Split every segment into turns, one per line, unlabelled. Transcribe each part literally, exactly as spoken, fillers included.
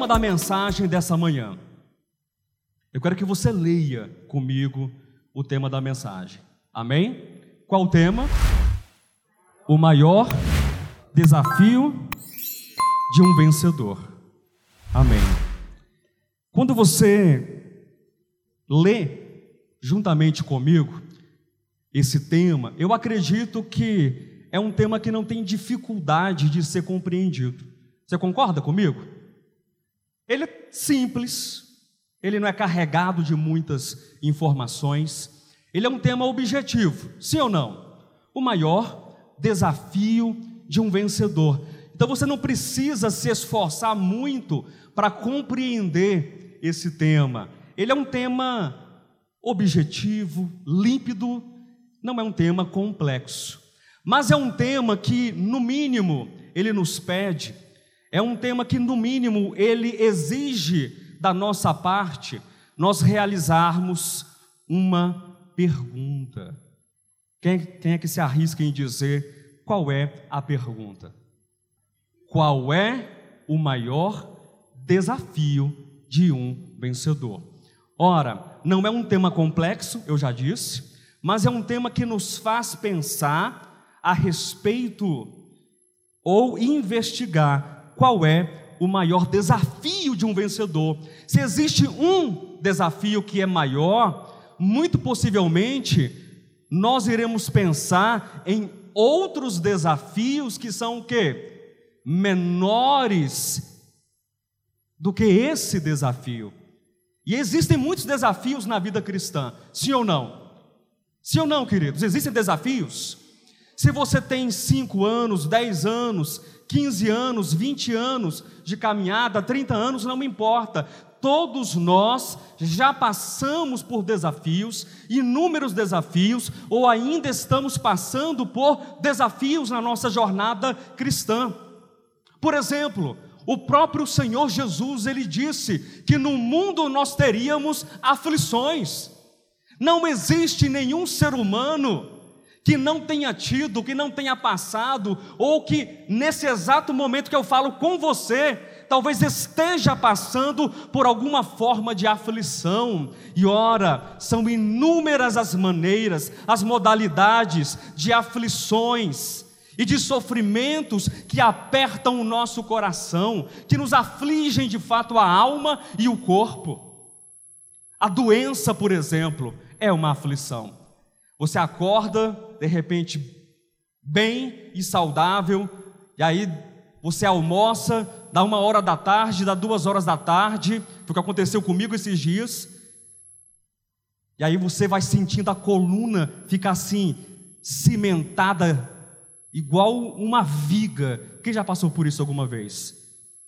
tema da mensagem dessa manhã? Eu quero que você leia comigo o tema da mensagem. Amém? Qual o tema? O maior desafio de um vencedor. Amém. Quando você lê juntamente comigo esse tema, eu acredito que é um tema que não tem dificuldade de ser compreendido. Você concorda comigo? Ele é simples, ele não é carregado de muitas informações, ele é um tema objetivo, sim ou não? O maior desafio de um vencedor. Então você não precisa se esforçar muito para compreender esse tema. Ele é um tema objetivo, límpido, não é um tema complexo, mas é um tema que, no mínimo, ele nos pede, é um tema que, no mínimo, ele exige da nossa parte nós realizarmos uma pergunta. Quem, quem é que se arrisca em dizer qual é a pergunta? Qual é o maior desafio de um vencedor? Ora, não é um tema complexo, eu já disse, mas é um tema que nos faz pensar a respeito ou investigar qual é o maior desafio de um vencedor. Se existe um desafio que é maior, muito possivelmente nós iremos pensar em outros desafios que são o quê? Menores do que esse desafio. E existem muitos desafios na vida cristã, sim ou não? Sim ou não, queridos? Existem desafios? Se você tem cinco anos, dez anos, quinze anos, vinte anos de caminhada, trinta anos, não me importa. Todos nós já passamos por desafios, inúmeros desafios, ou ainda estamos passando por desafios na nossa jornada cristã. Por exemplo, o próprio Senhor Jesus, ele disse que no mundo nós teríamos aflições. Não existe nenhum ser humano que não tenha tido, que não tenha passado, ou que nesse exato momento que eu falo com você, talvez esteja passando por alguma forma de aflição. E ora, são inúmeras as maneiras, as modalidades de aflições e de sofrimentos que apertam o nosso coração, que nos afligem de fato a alma e o corpo. A doença, por exemplo, é uma aflição. Você acorda, de repente, bem e saudável, e aí você almoça, dá uma hora da tarde, dá duas horas da tarde, foi o que aconteceu comigo esses dias, e aí você vai sentindo a coluna ficar assim, cimentada, igual uma viga. Quem já passou por isso alguma vez?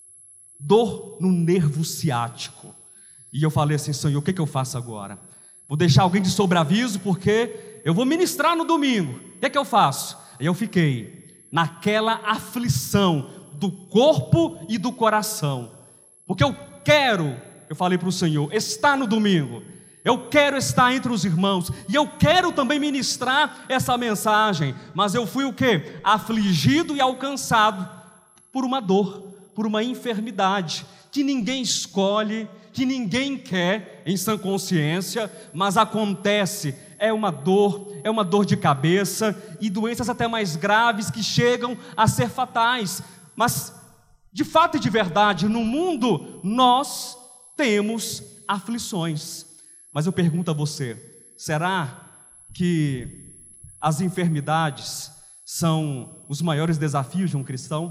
Dor no nervo ciático. E eu falei assim: Senhor, o que, que eu faço agora? Vou deixar alguém de sobreaviso porque eu vou ministrar no domingo. O que, que eu faço? E eu fiquei naquela aflição do corpo e do coração, porque eu quero, eu falei para o Senhor, estar no domingo, eu quero estar entre os irmãos, e eu quero também ministrar essa mensagem, mas eu fui o quê? Afligido e alcançado por uma dor, por uma enfermidade, que ninguém escolhe, que ninguém quer em sã consciência, mas acontece. É uma dor, é uma dor de cabeça, e doenças até mais graves que chegam a ser fatais. Mas, de fato e de verdade, no mundo nós temos aflições. Mas eu pergunto a você, será que as enfermidades são os maiores desafios de um cristão?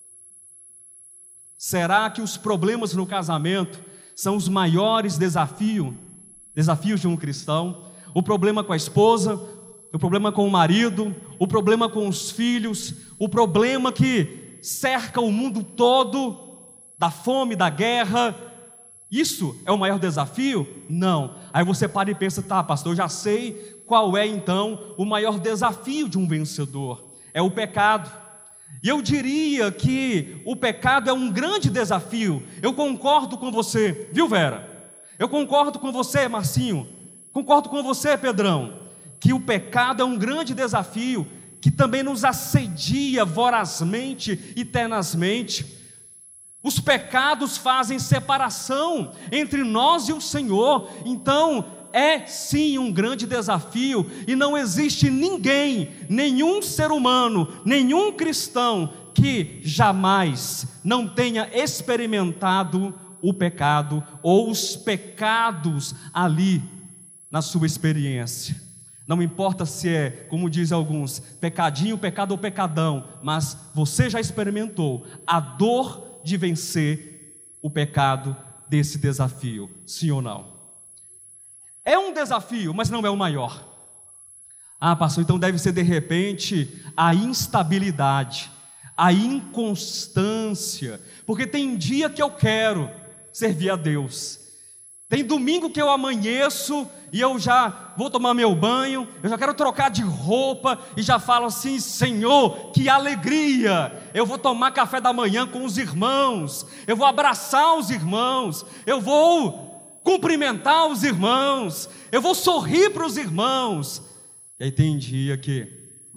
Será que os problemas no casamento são os maiores desafios, desafios de um cristão? O problema com a esposa, o problema com o marido, o problema com os filhos, o problema que cerca o mundo todo, da fome, da guerra, isso é o maior desafio? Não. Aí você para e pensa: tá, pastor, eu já sei qual é então o maior desafio de um vencedor. É o pecado. E eu diria que o pecado é um grande desafio. Eu concordo com você, viu, Vera? Eu concordo com você, Marcinho. Concordo com você, Pedrão, que o pecado é um grande desafio, que também nos assedia vorazmente e tenazmente. Os pecados fazem separação entre nós e o Senhor. Então, é sim um grande desafio, e não existe ninguém, nenhum ser humano, nenhum cristão que jamais não tenha experimentado o pecado ou os pecados ali na sua experiência. Não importa se é, como dizem alguns, pecadinho, pecado ou pecadão, mas você já experimentou a dor de vencer o pecado desse desafio, sim ou não? É um desafio, mas não é o maior. Ah, pastor, então deve ser de repente a instabilidade, a inconstância, porque tem dia que eu quero servir a Deus, tem domingo que eu amanheço e eu já vou tomar meu banho, eu já quero trocar de roupa e já falo assim: Senhor, que alegria, eu vou tomar café da manhã com os irmãos, eu vou abraçar os irmãos, eu vou cumprimentar os irmãos, eu vou sorrir para os irmãos. E aí tem dia que...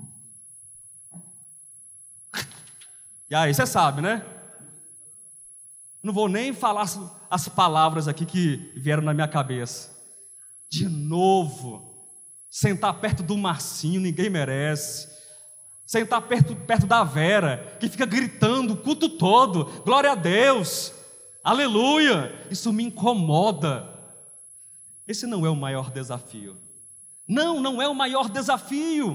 E aí você sabe, né? Não vou nem falar as palavras aqui que vieram na minha cabeça. De novo, sentar perto do Marcinho, ninguém merece. Sentar perto, perto da Vera, que fica gritando o culto todo, glória a Deus, aleluia. Isso me incomoda. Esse não é o maior desafio. Não, não é o maior desafio.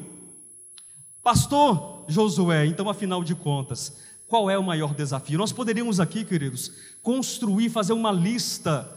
Pastor Josué, então afinal de contas, qual é o maior desafio? Nós poderíamos aqui, queridos, construir, fazer uma lista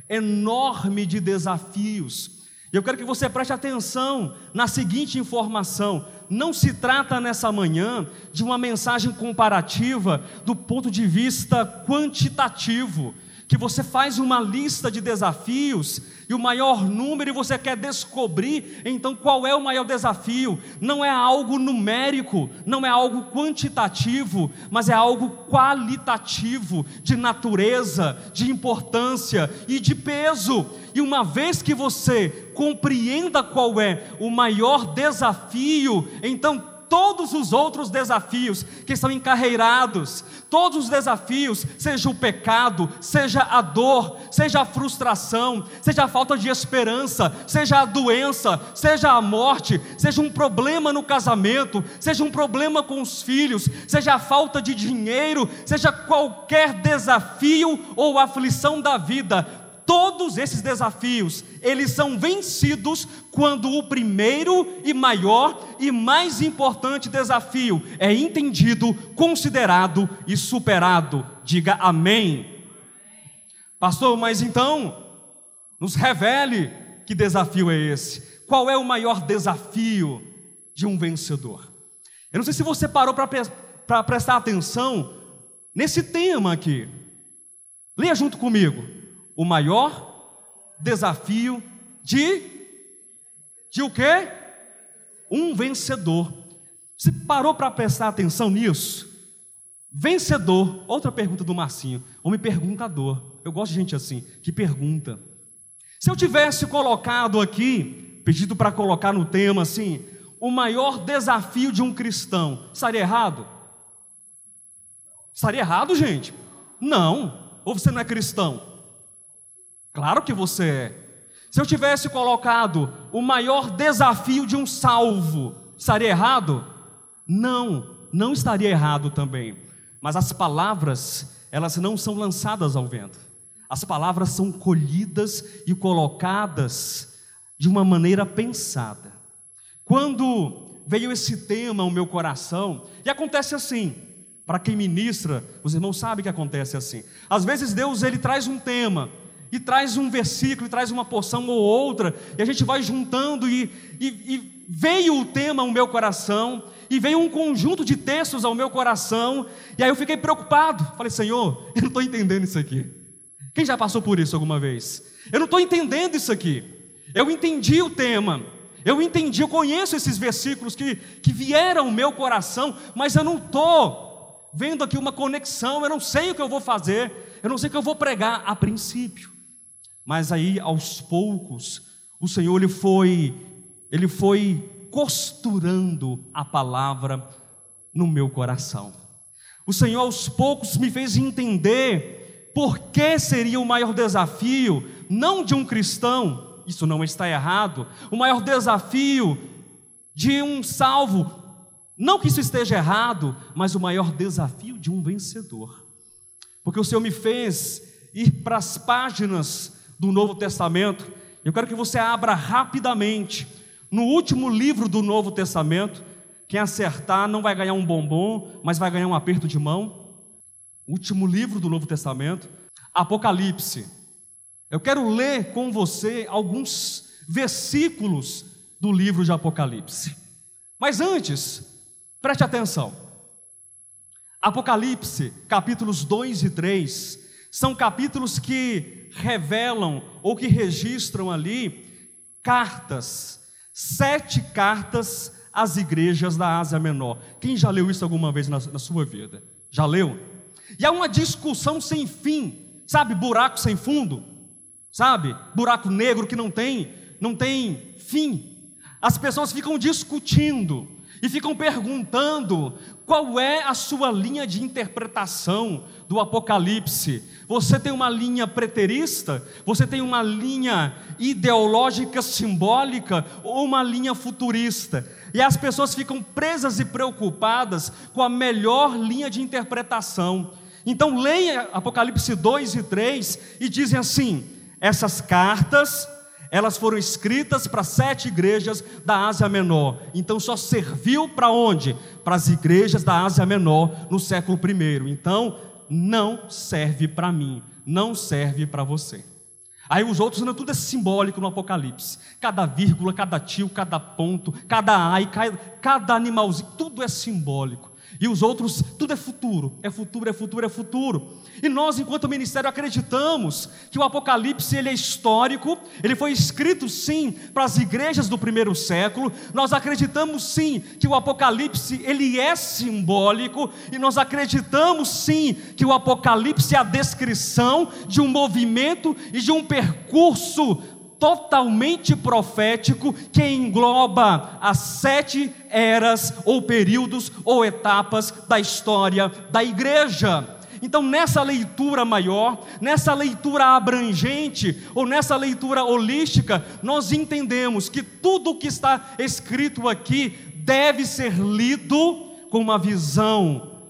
enorme de desafios. Eu quero que você preste atenção na seguinte informação: não se trata nessa manhã de uma mensagem comparativa do ponto de vista quantitativo, que você faz uma lista de desafios e o maior número e você quer descobrir então qual é o maior desafio. Não é algo numérico, não é algo quantitativo, mas é algo qualitativo, de natureza, de importância e de peso. E uma vez que você compreenda qual é o maior desafio, então todos os outros desafios que estão encarreirados, todos os desafios, seja o pecado, seja a dor, seja a frustração, seja a falta de esperança, seja a doença, seja a morte, seja um problema no casamento, seja um problema com os filhos, seja a falta de dinheiro, seja qualquer desafio ou aflição da vida, todos esses desafios, eles são vencidos quando o primeiro e maior e mais importante desafio é entendido, considerado e superado. Diga amém. Pastor, mas então, nos revele que desafio é esse. Qual é o maior desafio de um vencedor? Eu não sei se você parou para prestar atenção nesse tema aqui. Leia junto comigo. O maior desafio de, de o quê? Um vencedor. Você parou para prestar atenção nisso? Vencedor. Outra pergunta do Marcinho, homem perguntador. Eu gosto de gente assim, que pergunta. Se eu tivesse colocado aqui, pedido para colocar no tema assim, o maior desafio de um cristão, estaria errado? Estaria errado, gente? Não. Ou você não é cristão? Claro que você é. Se eu tivesse colocado o maior desafio de um salvo, estaria errado? Não, não estaria errado também. Mas as palavras, elas não são lançadas ao vento. As palavras são colhidas e colocadas de uma maneira pensada. Quando veio esse tema ao meu coração, e acontece assim, para quem ministra, os irmãos sabem que acontece assim. Às vezes Deus ele traz um tema, e traz um versículo, e traz uma porção ou outra, e a gente vai juntando, e, e, e veio o tema ao meu coração, e veio um conjunto de textos ao meu coração, e aí eu fiquei preocupado, falei: Senhor, eu não estou entendendo isso aqui. Quem já passou por isso alguma vez? Eu não estou entendendo isso aqui. Eu entendi o tema, eu entendi, eu conheço esses versículos que, que vieram ao meu coração, mas eu não estou vendo aqui uma conexão, eu não sei o que eu vou fazer, eu não sei o que eu vou pregar a princípio. Mas aí, aos poucos, o Senhor ele foi, ele foi costurando a palavra no meu coração. O Senhor aos poucos me fez entender por que seria o maior desafio, não de um cristão, isso não está errado, o maior desafio de um salvo, não que isso esteja errado, mas o maior desafio de um vencedor. Porque o Senhor me fez ir para as páginas do Novo Testamento. Eu quero que você abra rapidamente no último livro do Novo Testamento. Quem acertar não vai ganhar um bombom, mas vai ganhar um aperto de mão. Último livro do Novo Testamento, Apocalipse. Eu quero ler com você alguns versículos do livro de Apocalipse. Mas antes, preste atenção. Apocalipse, capítulos dois e três, são capítulos que revelam ou que registram ali cartas, sete cartas às igrejas da Ásia Menor. Quem já leu isso alguma vez na, na sua vida? Já leu? E há uma discussão sem fim, sabe, buraco sem fundo, sabe, buraco negro que não tem, não tem fim. As pessoas ficam discutindo e ficam perguntando qual é a sua linha de interpretação do Apocalipse. Você tem uma linha preterista? Você tem uma linha ideológica simbólica ou uma linha futurista? E as pessoas ficam presas e preocupadas com a melhor linha de interpretação. Então leia Apocalipse dois e três e dizem assim: essas cartas, elas foram escritas para sete igrejas da Ásia Menor. Então só serviu para onde? Para as igrejas da Ásia Menor no século primeiro. Então não serve para mim, não serve para você. Aí os outros, não, tudo é simbólico no Apocalipse. Cada vírgula, cada tio, cada ponto, cada ai, cada, cada animalzinho, tudo é simbólico. E os outros, tudo é futuro, é futuro, é futuro, é futuro. E nós, enquanto ministério, acreditamos que o Apocalipse ele é histórico, ele foi escrito sim para as igrejas do primeiro século. Nós acreditamos sim que o Apocalipse ele é simbólico, e nós acreditamos sim que o Apocalipse é a descrição de um movimento e de um percurso totalmente profético que engloba as sete eras ou períodos ou etapas da história da igreja. Então nessa leitura maior, nessa leitura abrangente ou nessa leitura holística, nós entendemos que tudo o que está escrito aqui deve ser lido com uma visão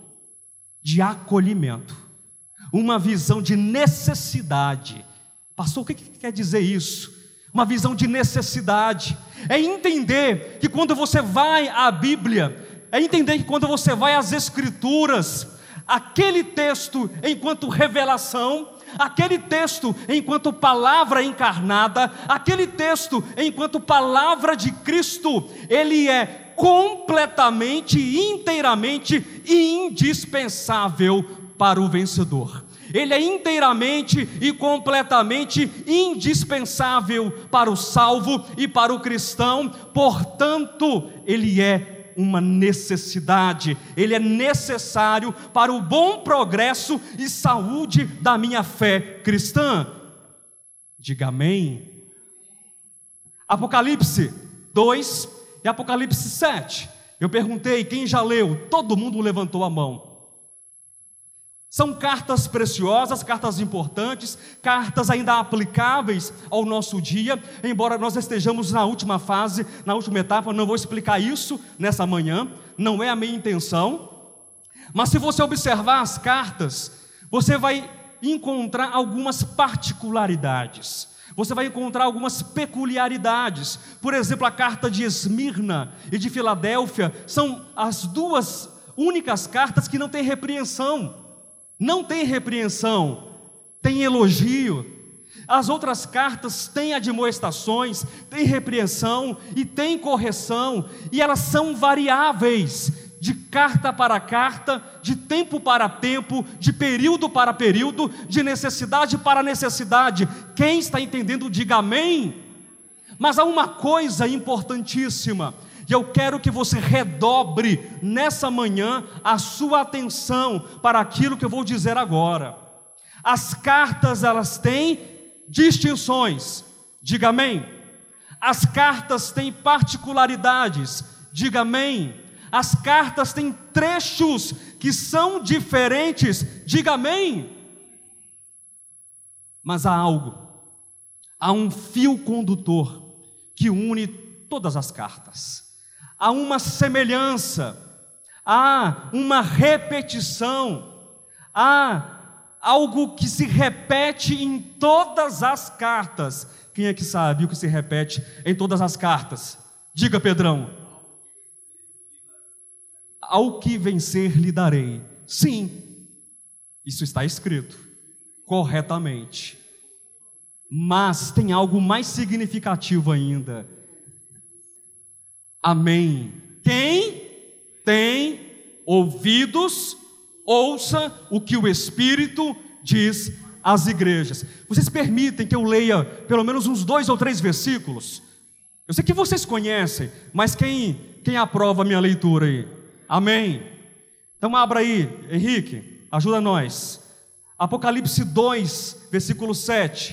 de acolhimento, uma visão de necessidade. Pastor, o que quer dizer isso? Uma visão de necessidade, é entender que quando você vai à Bíblia, é entender que quando você vai às Escrituras, aquele texto enquanto revelação, aquele texto enquanto palavra encarnada, aquele texto enquanto palavra de Cristo, ele é completamente, inteiramente indispensável para o vencedor. Ele é inteiramente e completamente indispensável para o salvo e para o cristão. Portanto, ele é uma necessidade, ele é necessário para o bom progresso e saúde da minha fé cristã. Diga amém. Apocalipse dois e Apocalipse sete. Eu perguntei, quem já leu? Todo mundo levantou a mão. São cartas preciosas, cartas importantes, cartas ainda aplicáveis ao nosso dia, embora nós estejamos na última fase, na última etapa. Não vou explicar isso nessa manhã, não é a minha intenção. Mas se você observar as cartas, você vai encontrar algumas particularidades, você vai encontrar algumas peculiaridades. Por exemplo, a carta de Esmirna e de Filadélfia são as duas únicas cartas que não têm repreensão. Não tem repreensão, tem elogio. As outras cartas têm admoestações, têm repreensão e têm correção, e elas são variáveis, de carta para carta, de tempo para tempo, de período para período, de necessidade para necessidade. Quem está entendendo, diga amém. Mas há uma coisa importantíssima, e eu quero que você redobre nessa manhã a sua atenção para aquilo que eu vou dizer agora. As cartas, elas têm distinções, diga amém. As cartas têm particularidades, diga amém. As cartas têm trechos que são diferentes, diga amém. Mas há algo, há um fio condutor que une todas as cartas. Há uma semelhança, há uma repetição, há algo que se repete em todas as cartas. Quem é que sabe o que se repete em todas as cartas? Diga, Pedrão. Ao que vencer lhe darei. Sim, isso está escrito corretamente. Mas tem algo mais significativo ainda. Amém. Quem tem ouvidos, ouça o que o Espírito diz às igrejas. Vocês permitem que eu leia pelo menos uns dois ou três versículos? Eu sei que vocês conhecem, mas quem, quem aprova a minha leitura aí? Amém? Então abra aí, Henrique, ajuda nós. Apocalipse dois, versículo sete.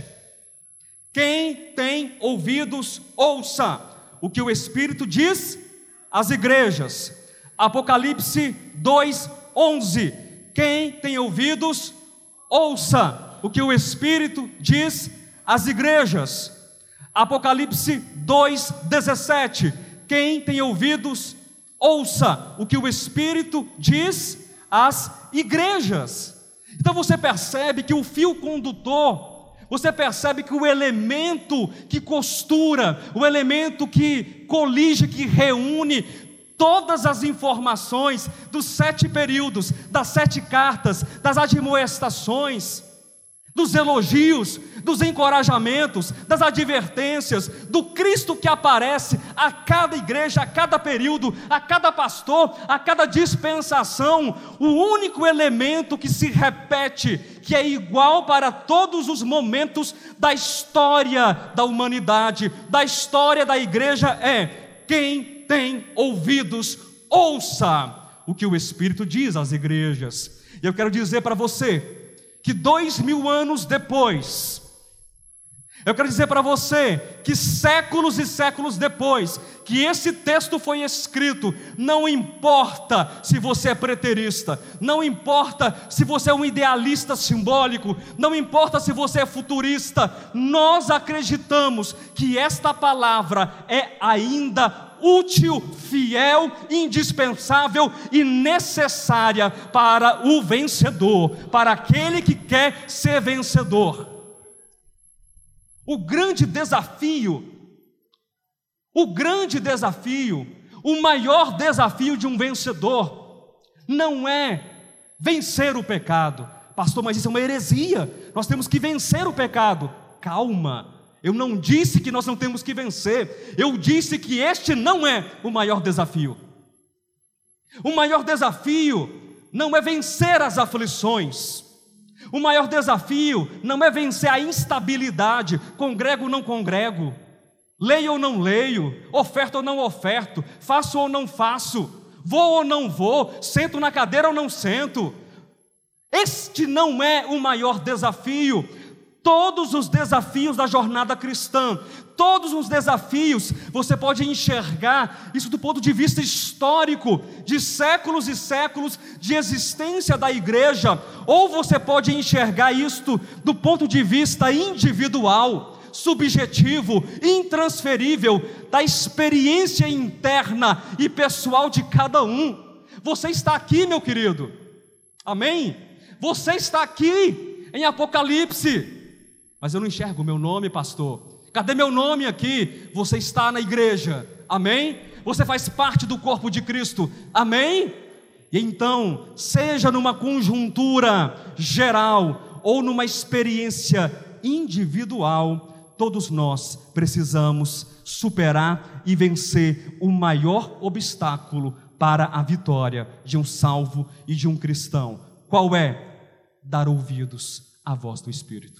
Quem tem ouvidos, ouça o que o Espírito diz às igrejas. Apocalipse dois, onze. Quem tem ouvidos, ouça o que o Espírito diz às igrejas. Apocalipse dois, dezessete. Quem tem ouvidos, ouça o que o Espírito diz às igrejas. Então você percebe que o fio condutor, você percebe que o elemento que costura, o elemento que colige, que reúne todas as informações dos sete períodos, das sete cartas, das admoestações, dos elogios, dos encorajamentos, das advertências, do Cristo que aparece a cada igreja, a cada período, a cada pastor, a cada dispensação. O único elemento que se repete, que é igual para todos os momentos da história da humanidade, da história da igreja, é: quem tem ouvidos, ouça o que o Espírito diz às igrejas. E eu quero dizer para você que dois mil anos depois, eu quero dizer para você que séculos e séculos depois que esse texto foi escrito, não importa se você é preterista, não importa se você é um idealista simbólico, não importa se você é futurista, nós acreditamos que esta palavra é ainda útil, fiel, indispensável e necessária para o vencedor, para aquele que quer ser vencedor. O grande desafio, o grande desafio, o maior desafio de um vencedor, não é vencer o pecado. Pastor, mas isso é uma heresia, nós temos que vencer o pecado. Calma, eu não disse que nós não temos que vencer, eu disse que este não é o maior desafio. O maior desafio não é vencer as aflições, o maior desafio não é vencer a instabilidade, congrego ou não congrego, leio ou não leio, oferto ou não oferto, faço ou não faço, vou ou não vou, sento na cadeira ou não sento. Este não é o maior desafio. Todos os desafios da jornada cristã, todos os desafios, você pode enxergar isso do ponto de vista histórico, de séculos e séculos de existência da igreja, ou você pode enxergar isto do ponto de vista individual, subjetivo, intransferível, da experiência interna e pessoal de cada um. Você está aqui, meu querido, amém? Você está aqui em Apocalipse. Mas eu não enxergo o meu nome, pastor. Cadê meu nome aqui? Você está na igreja, amém? Você faz parte do corpo de Cristo, amém? E então, seja numa conjuntura geral ou numa experiência individual, todos nós precisamos superar e vencer o maior obstáculo para a vitória de um salvo e de um cristão. Qual é? Dar ouvidos à voz do Espírito.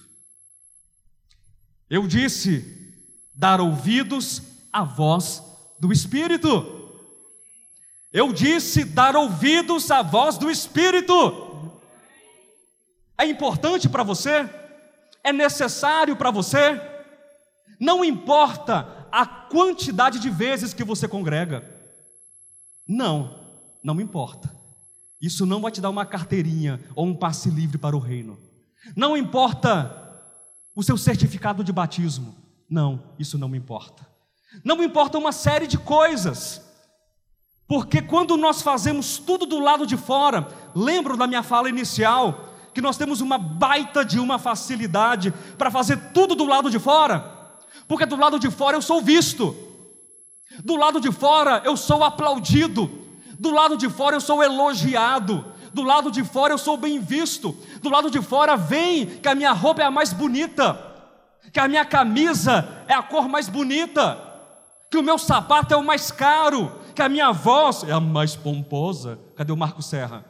Eu disse, dar ouvidos à voz do Espírito. Eu disse, dar ouvidos à voz do Espírito. É importante para você? É necessário para você? Não importa a quantidade de vezes que você congrega. Não, não importa. Isso não vai te dar uma carteirinha ou um passe livre para o reino. Não importa o seu certificado de batismo. Não, isso não me importa. Não me importa uma série de coisas. Porque quando nós fazemos tudo do lado de fora, lembro da minha fala inicial, que nós temos uma baita de uma facilidade para fazer tudo do lado de fora. Porque do lado de fora eu sou visto. Do lado de fora eu sou aplaudido. Do lado de fora eu sou elogiado. Do lado de fora eu sou bem visto. Do lado de fora vem que a minha roupa é a mais bonita, que a minha camisa é a cor mais bonita, que o meu sapato é o mais caro, que a minha voz é a mais pomposa. Cadê o Marco Serra?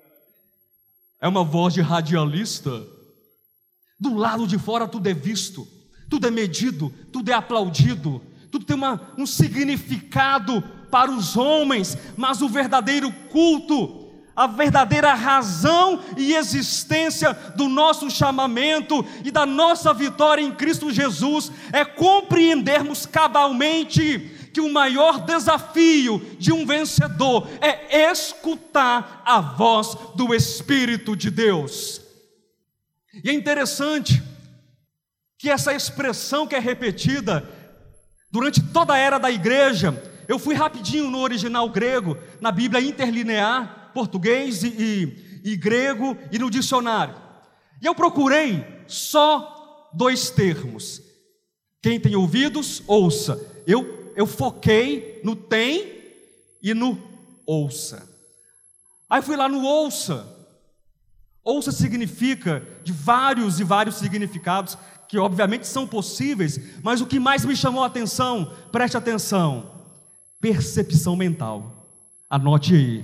É uma voz de radialista. Do lado de fora tudo é visto, tudo é medido, tudo é aplaudido, tudo tem uma, um significado para os homens, mas o verdadeiro culto, a verdadeira razão e existência do nosso chamamento e da nossa vitória em Cristo Jesus é compreendermos cabalmente que o maior desafio de um vencedor é escutar a voz do Espírito de Deus. E é interessante que essa expressão que é repetida durante toda a era da igreja, eu fui rapidinho no original grego, na Bíblia interlinear, português e, e, e grego e no dicionário. E eu procurei só dois termos. Quem tem ouvidos, ouça. Eu, eu foquei no tem e no ouça. Aí fui lá no ouça. Ouça significa de vários e vários significados, que obviamente são possíveis, mas o que mais me chamou a atenção, preste atenção, percepção mental. Anote aí.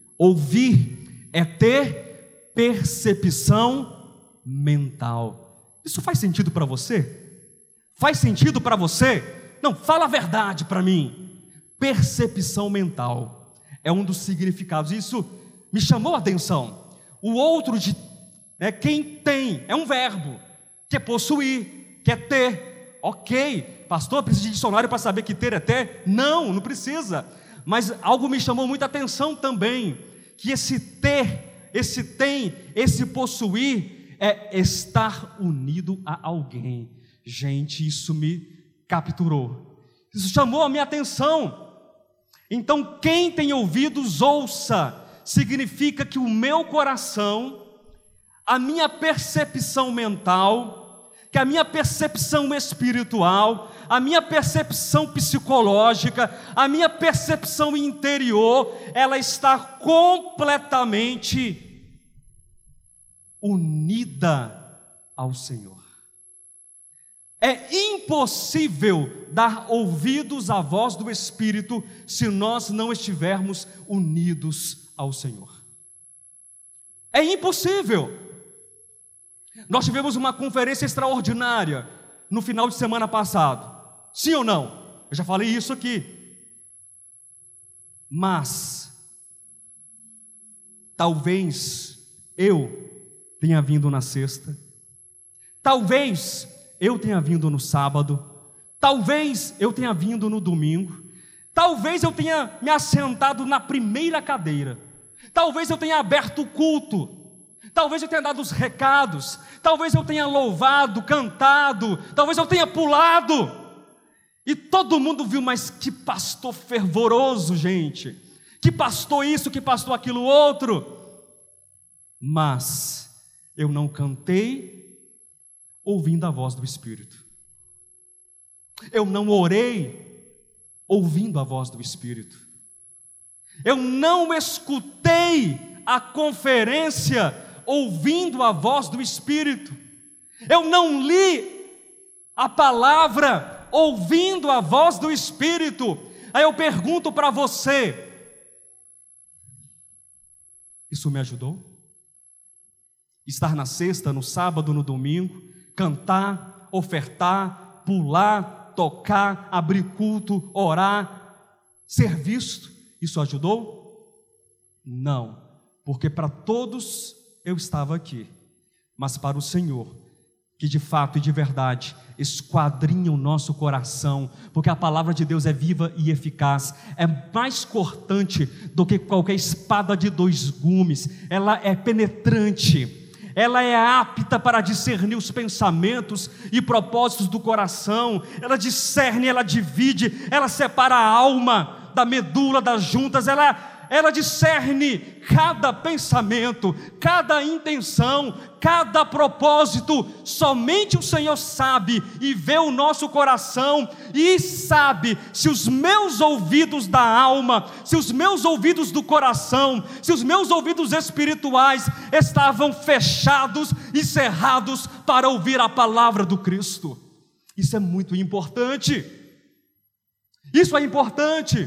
Ouvir é ter percepção mental. Isso faz sentido para você? Faz sentido para você? Não, fala a verdade para mim. Percepção mental é um dos significados. Isso me chamou a atenção. O outro de né, quem tem é um verbo, que é possuir, que é ter. Ok, pastor, precisa de dicionário para saber que ter é ter? Não, não precisa. Mas algo me chamou muita atenção também, que esse ter, esse tem, esse possuir é estar unido a alguém. Gente, isso me capturou. Isso chamou a minha atenção. Então, quem tem ouvidos, ouça. Significa que o meu coração, a minha percepção mental, que a minha percepção espiritual, a minha percepção psicológica, a minha percepção interior, ela está completamente unida ao Senhor. É impossível dar ouvidos à voz do Espírito se nós não estivermos unidos ao Senhor. É impossível. Nós tivemos uma conferência extraordinária no final de semana passado. Sim ou não? Eu já falei isso aqui. Mas talvez eu tenha vindo na sexta, talvez eu tenha vindo no sábado, talvez eu tenha vindo no domingo, talvez eu tenha me assentado na primeira cadeira, talvez eu tenha aberto o culto, talvez eu tenha dado os recados, talvez eu tenha louvado, cantado, talvez eu tenha pulado, e todo mundo viu, mas que pastor fervoroso, gente, que pastor isso, que pastor aquilo outro, mas eu não cantei ouvindo a voz do Espírito, eu não orei ouvindo a voz do Espírito, eu não escutei a conferência ouvindo a voz do Espírito, eu não li a palavra ouvindo a voz do Espírito. Aí eu pergunto para você, isso me ajudou? Estar na sexta, no sábado, no domingo, cantar, ofertar, pular, tocar, abrir culto, orar, ser visto, isso ajudou? Não, porque para todos eu estava aqui, mas para o Senhor, que de fato e de verdade esquadrinha o nosso coração, porque a palavra de Deus é viva e eficaz, é mais cortante do que qualquer espada de dois gumes, ela é penetrante, ela é apta para discernir os pensamentos e propósitos do coração, ela discerne, ela divide, ela separa a alma da medula, das juntas, ela ela discerne cada pensamento, cada intenção, cada propósito. Somente o Senhor sabe e vê o nosso coração e sabe se os meus ouvidos da alma, se os meus ouvidos do coração, se os meus ouvidos espirituais estavam fechados e cerrados para ouvir a palavra do Cristo. Isso é muito importante. Isso é importante.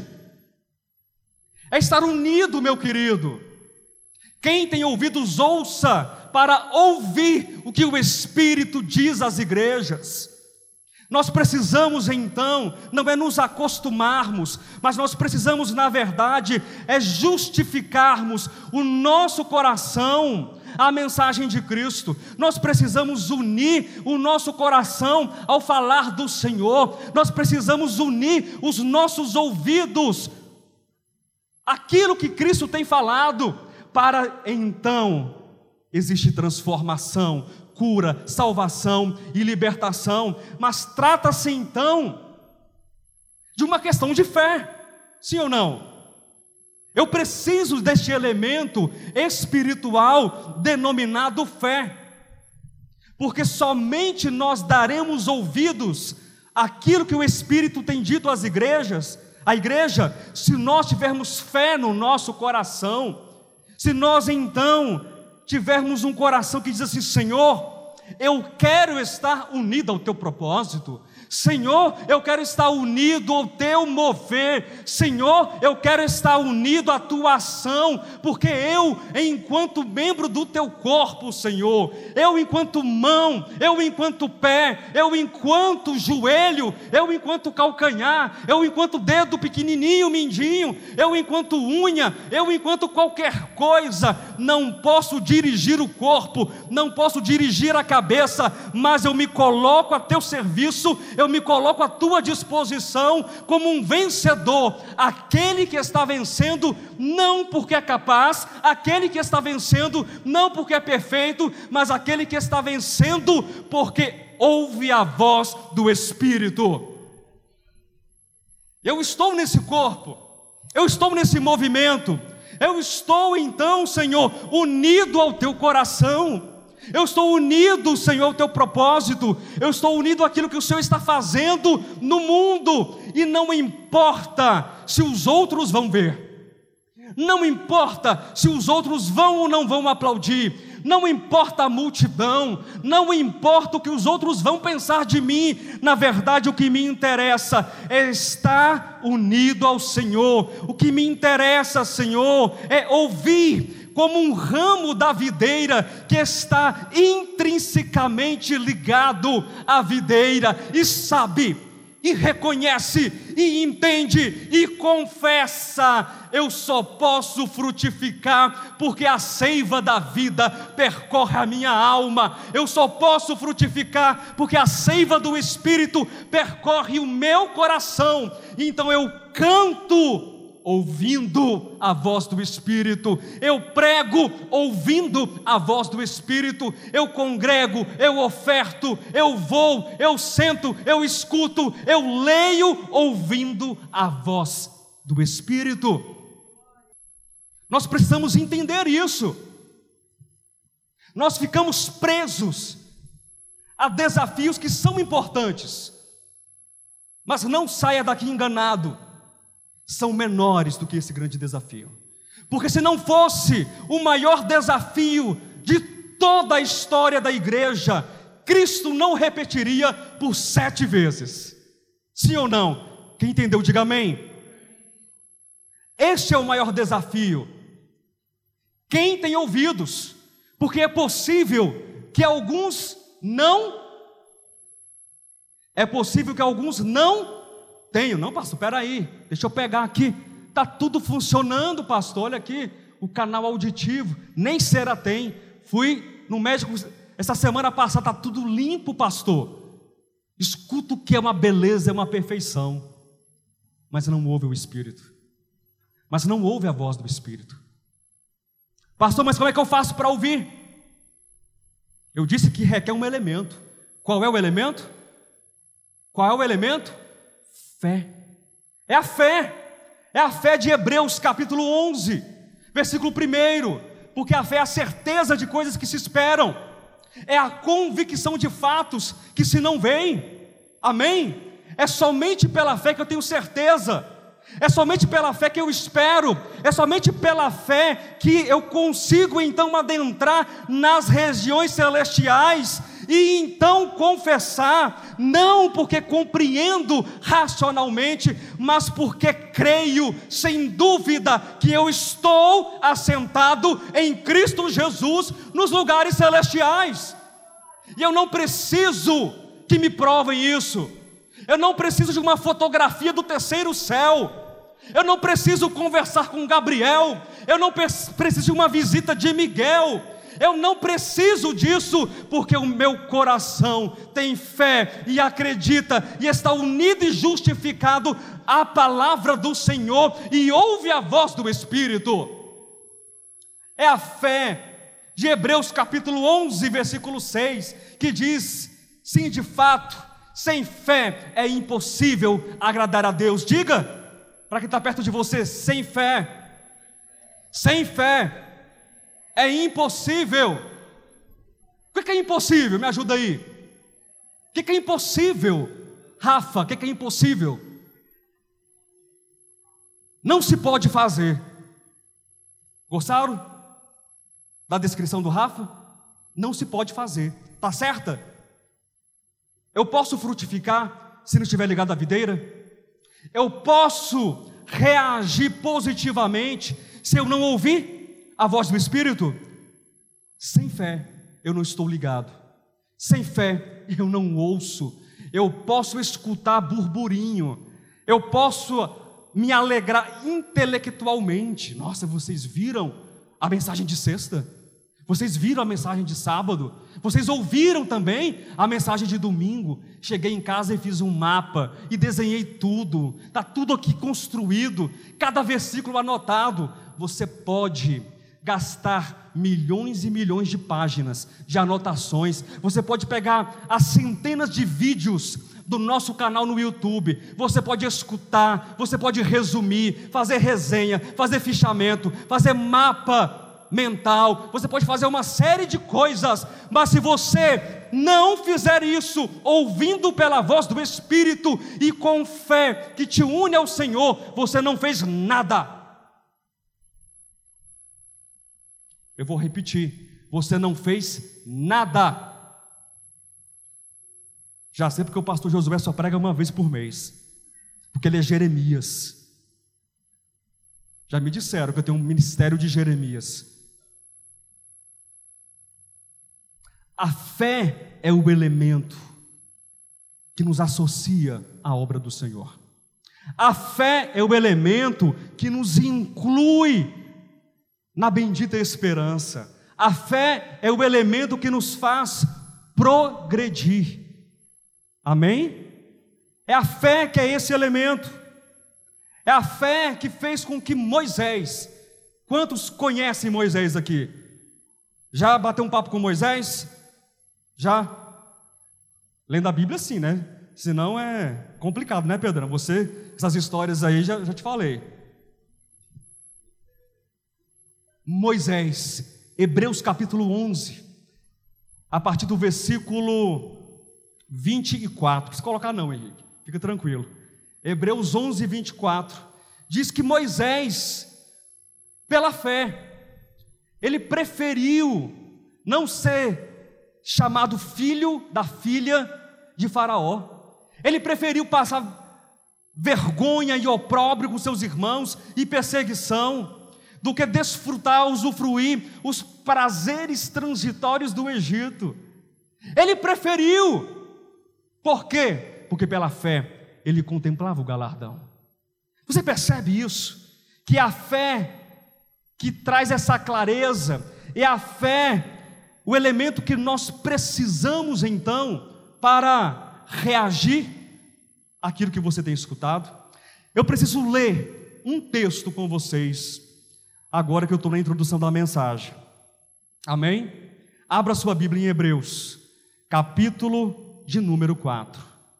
É estar unido, meu querido. Quem tem ouvidos, ouça para ouvir o que o Espírito diz às igrejas. Nós precisamos então, não é nos acostumarmos, mas nós precisamos, na verdade, é justificarmos o nosso coração à mensagem de Cristo. Nós precisamos unir o nosso coração ao falar do Senhor. Nós precisamos unir os nossos ouvidos aquilo que Cristo tem falado, para então existir transformação, cura, salvação e libertação. Mas trata-se então de uma questão de fé, sim ou não? Eu preciso deste elemento espiritual denominado fé, porque somente nós daremos ouvidos àquilo que o Espírito tem dito às igrejas, a igreja, se nós tivermos fé no nosso coração, se nós então tivermos um coração que diz assim: Senhor, eu quero estar unido ao teu propósito, Senhor, eu quero estar unido ao teu mover, Senhor, eu quero estar unido à tua ação, porque eu, enquanto membro do teu corpo, Senhor, eu enquanto mão, eu enquanto pé, eu enquanto joelho, eu enquanto calcanhar, eu enquanto dedo pequenininho, mindinho, eu enquanto unha, eu enquanto qualquer coisa, não posso dirigir o corpo, não posso dirigir a cabeça, mas eu me coloco a teu serviço, eu me coloco à tua disposição como um vencedor, aquele que está vencendo não porque é capaz, aquele que está vencendo não porque é perfeito, mas aquele que está vencendo porque ouve a voz do Espírito. Eu estou nesse corpo, eu estou nesse movimento, eu estou então, Senhor, unido ao teu coração. Eu estou unido, Senhor, ao teu propósito. Eu estou unido àquilo que o Senhor está fazendo no mundo. E não importa se os outros vão ver, não importa se os outros vão ou não vão aplaudir, não importa a multidão, não importa o que os outros vão pensar de mim. Na verdade, o que me interessa é estar unido ao Senhor. O que me interessa, Senhor, é ouvir como um ramo da videira que está intrinsecamente ligado à videira e sabe, e reconhece, e entende, e confessa: eu só posso frutificar porque a seiva da vida percorre a minha alma. Eu só posso frutificar porque a seiva do Espírito percorre o meu coração. Então eu canto ouvindo a voz do Espírito, eu prego ouvindo a voz do Espírito, eu congrego, eu oferto, eu vou, eu sento, eu escuto, eu leio ouvindo a voz do Espírito. Nós precisamos entender isso. Nós ficamos presos a desafios que são importantes, mas não saia daqui enganado, são menores do que esse grande desafio. Porque se não fosse o maior desafio de toda a história da igreja, Cristo não repetiria por sete vezes. Sim ou não? Quem entendeu, diga amém. Este é o maior desafio. Quem tem ouvidos? Porque é possível que alguns não É possível que alguns não tenho, não, pastor, espera aí, deixa eu pegar aqui, está tudo funcionando, pastor, olha aqui, o canal auditivo, nem cera tem, fui no médico, essa semana passada está tudo limpo, pastor. Escuta o que é uma beleza, é uma perfeição, mas não ouve o Espírito, mas não ouve a voz do Espírito. Pastor, mas como é que eu faço para ouvir? Eu disse que requer um elemento. Qual é o elemento? Qual é o elemento? Fé. É a fé. É a fé de Hebreus capítulo onze, versículo primeiro. Porque a fé é a certeza de coisas que se esperam, é a convicção de fatos que se não veem. Amém? É somente pela fé que eu tenho certeza, é somente pela fé que eu espero, é somente pela fé que eu consigo então adentrar nas regiões celestiais e então confessar, não porque compreendo racionalmente, mas porque creio sem dúvida que eu estou assentado em Cristo Jesus nos lugares celestiais, e eu não preciso que me provem isso. Eu não preciso de uma fotografia do terceiro céu, eu não preciso conversar com Gabriel, eu não preciso de uma visita de Miguel, eu não preciso disso, porque o meu coração tem fé e acredita e está unido e justificado à palavra do Senhor e ouve a voz do Espírito. É a fé de Hebreus capítulo onze, versículo seis, que diz: sim, de fato, sem fé é impossível agradar a Deus. Diga para quem está perto de você: sem fé, sem fé é impossível. O que é impossível? Me ajuda aí. O que é impossível, Rafa? O que é impossível? Não se pode fazer. Gostaram da descrição do Rafa? Não se pode fazer. Está certa? Eu posso frutificar se não estiver ligado à videira? Eu posso reagir positivamente se eu não ouvir a voz do Espírito? Sem fé eu não estou ligado, sem fé eu não ouço. Eu posso escutar burburinho, eu posso me alegrar intelectualmente. Nossa, vocês viram a mensagem de sexta? Vocês viram a mensagem de sábado? Vocês ouviram também a mensagem de domingo? Cheguei em casa e fiz um mapa e desenhei tudo. Está tudo aqui construído, cada versículo anotado. Você pode gastar milhões e milhões de páginas de anotações. Você pode pegar as centenas de vídeos do nosso canal no YouTube. Você pode escutar, você pode resumir, fazer resenha, fazer fichamento, fazer mapa mental, você pode fazer uma série de coisas, mas se você não fizer isso, ouvindo pela voz do Espírito e com fé que te une ao Senhor, você não fez nada. Eu vou repetir: você não fez nada. Já sei porque o pastor Josué só prega uma vez por mês, porque ele é Jeremias. Já me disseram que eu tenho um ministério de Jeremias. A fé é o elemento que nos associa à obra do Senhor. A fé é o elemento que nos inclui na bendita esperança. A fé é o elemento que nos faz progredir. Amém? É a fé que é esse elemento. É a fé que fez com que Moisés... Quantos conhecem Moisés aqui? Já bateu um papo com Moisés? Já? Lendo a Bíblia sim, né? Senão é complicado, né, Pedrão? Você, essas histórias aí, já, já te falei. Moisés, Hebreus capítulo onze, a partir do versículo vinte e quatro. Não precisa colocar não, Henrique, fica tranquilo. Hebreus onze, vinte e quatro, diz que Moisés, pela fé, ele preferiu não ser chamado filho da filha de Faraó. Ele preferiu passar vergonha e opróbrio com seus irmãos e perseguição, do que desfrutar, usufruir os prazeres transitórios do Egito. Ele preferiu. Por quê? Porque pela fé ele contemplava o galardão. Você percebe isso? Que a fé que traz essa clareza é a fé o elemento que nós precisamos então para reagir àquilo que você tem escutado. Eu preciso ler um texto com vocês, agora que eu estou na introdução da mensagem. Amém? Abra sua Bíblia em Hebreus, capítulo de número quatro.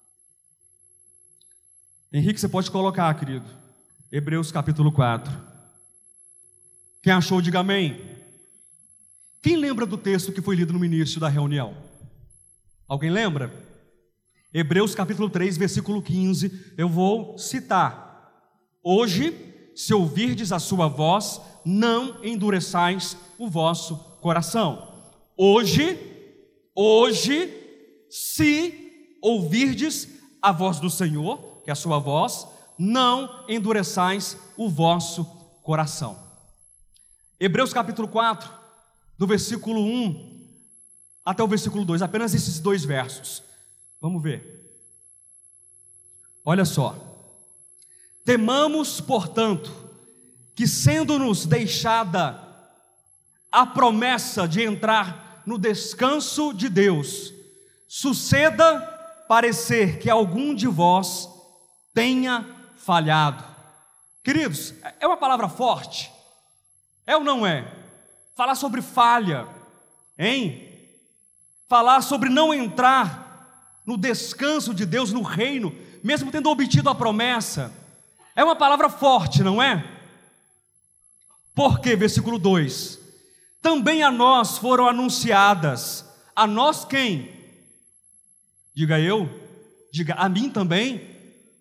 Henrique, você pode colocar, querido. Hebreus capítulo quatro. Quem achou, diga amém. Quem lembra do texto que foi lido no início da reunião? Alguém lembra? Hebreus capítulo três, versículo quinze, eu vou citar. Hoje, se ouvirdes a sua voz, não endureçais o vosso coração. Hoje, hoje, se ouvirdes a voz do Senhor, que é a sua voz, não endureçais o vosso coração. Hebreus capítulo quatro, do versículo um até o versículo dois, apenas esses dois versos. Vamos ver. Olha só. Temamos, portanto, que sendo-nos deixada a promessa de entrar no descanso de Deus, suceda parecer que algum de vós tenha falhado. Queridos, é uma palavra forte? É ou não é? Falar sobre falha, hein? Falar sobre não entrar no descanso de Deus, no reino, mesmo tendo obtido a promessa, é uma palavra forte, não é? Porque, versículo dois, também a nós foram anunciadas, a nós quem? Diga eu, diga a mim também,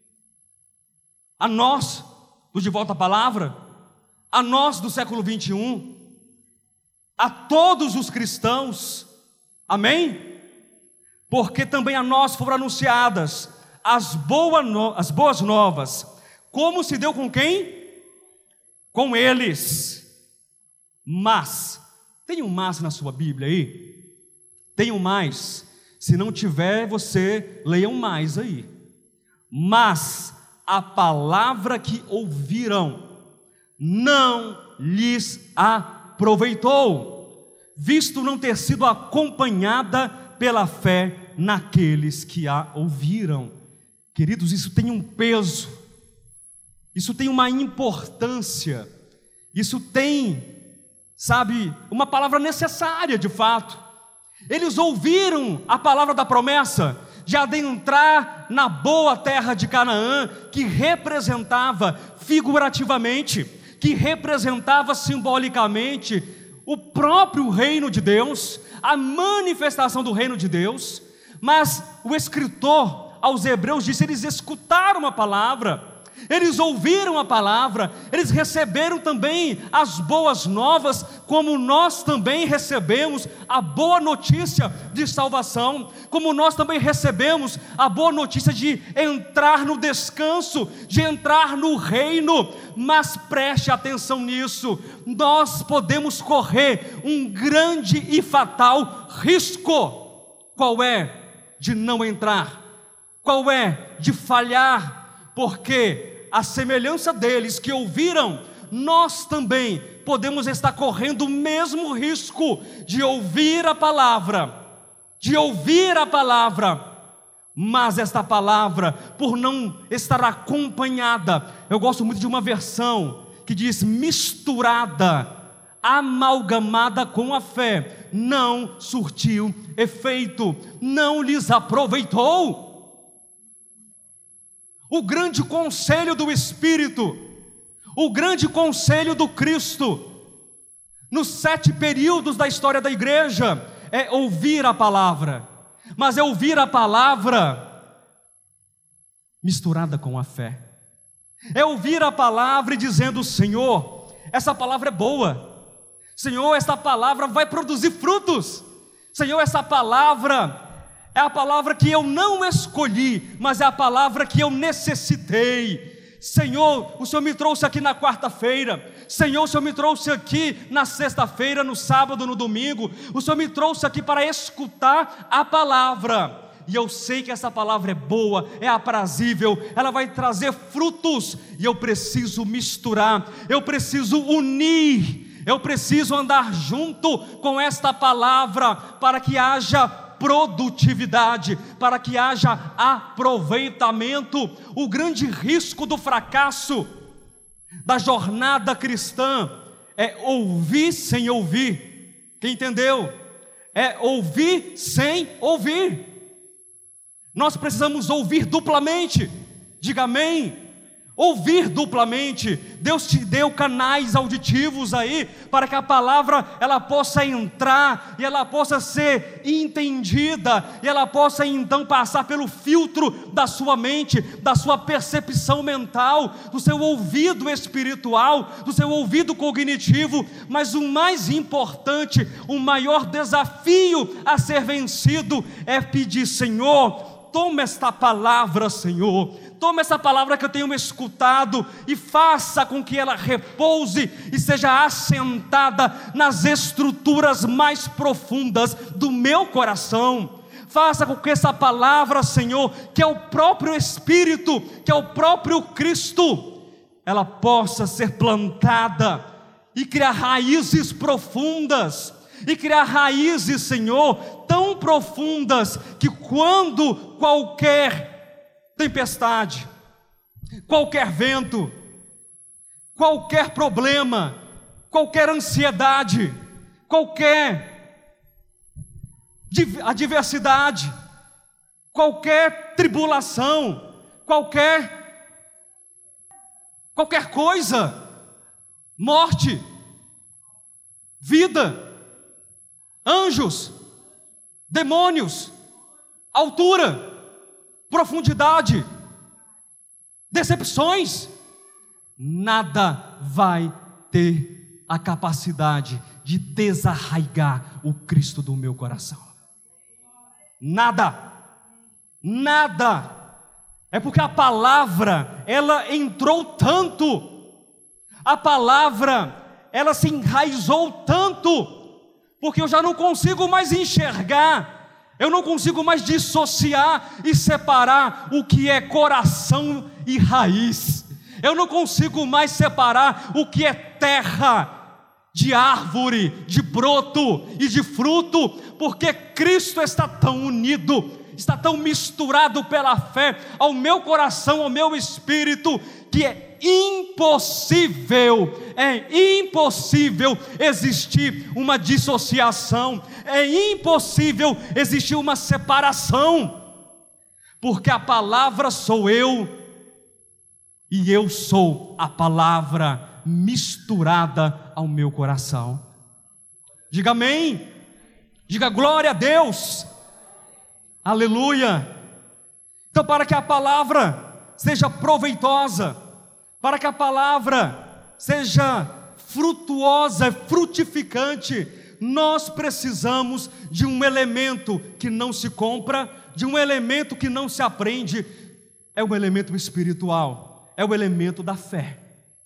a nós, do De Volta à Palavra, a nós do século vinte e um, a todos os cristãos, amém? Porque também a nós foram anunciadas as, boa no, as boas novas, como se deu com quem? Com eles. Mas, tem um mas na sua Bíblia aí? Tem um mais? Se não tiver, você leia um mais aí. Mas a palavra que ouviram não lhes aproveitou, visto não ter sido acompanhada pela fé naqueles que a ouviram. Queridos, isso tem um peso, isso tem uma importância, isso tem, sabe, uma palavra necessária de fato. Eles ouviram a palavra da promessa de adentrar na boa terra de Canaã, que representava figurativamente, que representava simbolicamente o próprio reino de Deus, a manifestação do reino de Deus. Mas o escritor aos Hebreus disse: eles escutaram a palavra, eles ouviram a palavra, eles receberam também as boas novas, como nós também recebemos a boa notícia de salvação, como nós também recebemos a boa notícia de entrar no descanso, de entrar no reino. Mas preste atenção nisso, nós podemos correr um grande e fatal risco. Qual é? De não entrar. Qual é? De falhar. Porque a semelhança deles que ouviram, nós também podemos estar correndo o mesmo risco de ouvir a palavra, de ouvir a palavra, mas esta palavra, por não estar acompanhada, eu gosto muito de uma versão que diz misturada, amalgamada com a fé, não surtiu efeito, não lhes aproveitou. O grande conselho do Espírito, o grande conselho do Cristo, nos sete períodos da história da igreja, é ouvir a palavra, mas é ouvir a palavra misturada com a fé, é ouvir a palavra e dizendo: Senhor, essa palavra é boa, Senhor, essa palavra vai produzir frutos, Senhor, essa palavra é a palavra que eu não escolhi, mas é a palavra que eu necessitei. Senhor, o Senhor me trouxe aqui na quarta-feira, Senhor, o Senhor me trouxe aqui na sexta-feira, no sábado, no domingo, o Senhor me trouxe aqui para escutar a palavra, e eu sei que essa palavra é boa, é aprazível, ela vai trazer frutos, e eu preciso misturar, eu preciso unir, Eu preciso andar junto com esta palavra para que haja produtividade, para que haja aproveitamento. O grande risco do fracasso da jornada cristã é ouvir sem ouvir. Quem entendeu? É ouvir sem ouvir. Nós precisamos ouvir duplamente. Diga amém. Ouvir duplamente. Deus te deu canais auditivos aí para que a palavra ela possa entrar e ela possa ser entendida e ela possa então passar pelo filtro da sua mente, da sua percepção mental, do seu ouvido espiritual, do seu ouvido cognitivo. Mas o mais importante, o maior desafio a ser vencido é pedir: Senhor, toma esta palavra, Senhor, toma essa palavra que eu tenho escutado e faça com que ela repouse e seja assentada nas estruturas mais profundas do meu coração. Faça com que essa palavra, Senhor, que é o próprio Espírito, que é o próprio Cristo, ela possa ser plantada e criar raízes profundas, e criar raízes, Senhor, tão profundas que quando qualquer tempestade, qualquer vento, qualquer problema, qualquer ansiedade, qualquer adversidade, qualquer tribulação, qualquer qualquer coisa, morte, vida, anjos, demônios, altura, profundidade, decepções, nada vai ter a capacidade de desarraigar o Cristo do meu coração. Nada, nada. É porque a palavra, ela entrou tanto, a palavra, ela se enraizou tanto, porque eu já não consigo mais enxergar, eu não consigo mais dissociar e separar o que é coração e raiz. Eu não consigo mais separar o que é terra de árvore, de broto e de fruto, porque Cristo está tão unido, está tão misturado pela fé ao meu coração, ao meu espírito, que é impossível, é impossível existir uma dissociação, é impossível existir uma separação, porque a palavra sou eu, e eu sou a palavra misturada ao meu coração. Diga amém, diga glória a Deus, aleluia. Então, para que a palavra seja proveitosa, para que a palavra seja frutuosa, frutificante, nós precisamos de um elemento que não se compra, de um elemento que não se aprende, é um elemento espiritual, é o elemento da fé.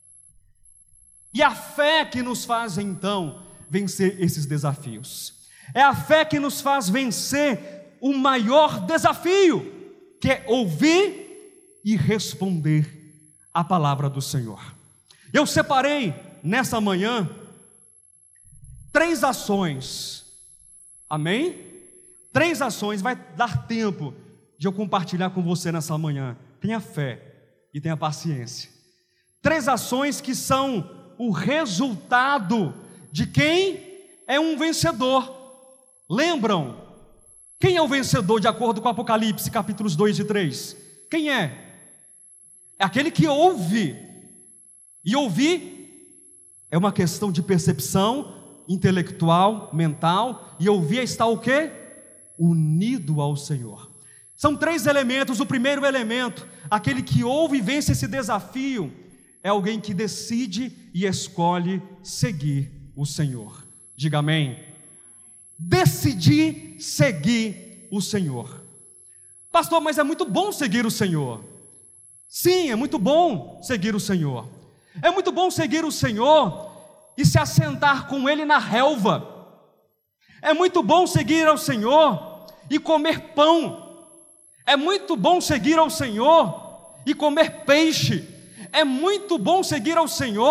E a fé que nos faz então vencer esses desafios, é a fé que nos faz vencer o maior desafio, que é ouvir e responder a palavra do Senhor. Eu separei nessa manhã três ações, amém? Três ações, vai dar tempo de eu compartilhar com você nessa manhã. Tenha fé e tenha paciência. Três ações que são o resultado de quem é um vencedor. Lembram? Quem é o vencedor de acordo com Apocalipse capítulos dois e três? Quem é? É aquele que ouve, e ouvir é uma questão de percepção intelectual, mental, e ouvir está o quê? Unido ao Senhor. São três elementos. O primeiro elemento, aquele que ouve e vence esse desafio, é alguém que decide e escolhe seguir o Senhor. Diga amém. Decidir seguir o Senhor. Pastor, mas é muito bom seguir o Senhor. Sim, é muito bom seguir o Senhor. É muito bom seguir o Senhor e se assentar com Ele na relva. É muito bom seguir ao Senhor e comer pão. É muito bom seguir ao Senhor e comer peixe. É muito bom seguir ao Senhor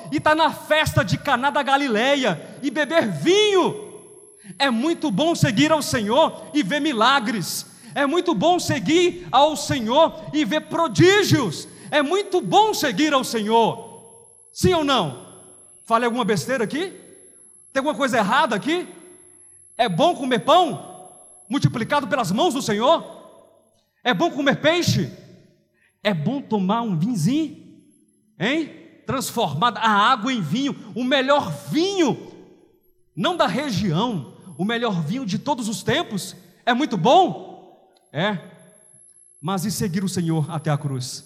e estar na festa de Caná da Galileia e beber vinho. É muito bom seguir ao Senhor e ver milagres. É muito bom seguir ao Senhor e ver prodígios. É muito bom seguir ao Senhor. Sim ou não? Falei alguma besteira aqui? Tem alguma coisa errada aqui? É bom comer pão multiplicado pelas mãos do Senhor? É bom comer peixe? É bom tomar um vinhozinho, hein? Transformar a água em vinho, o melhor vinho, não da região, o melhor vinho de todos os tempos. É muito bom? É. Mas e seguir o Senhor até a cruz?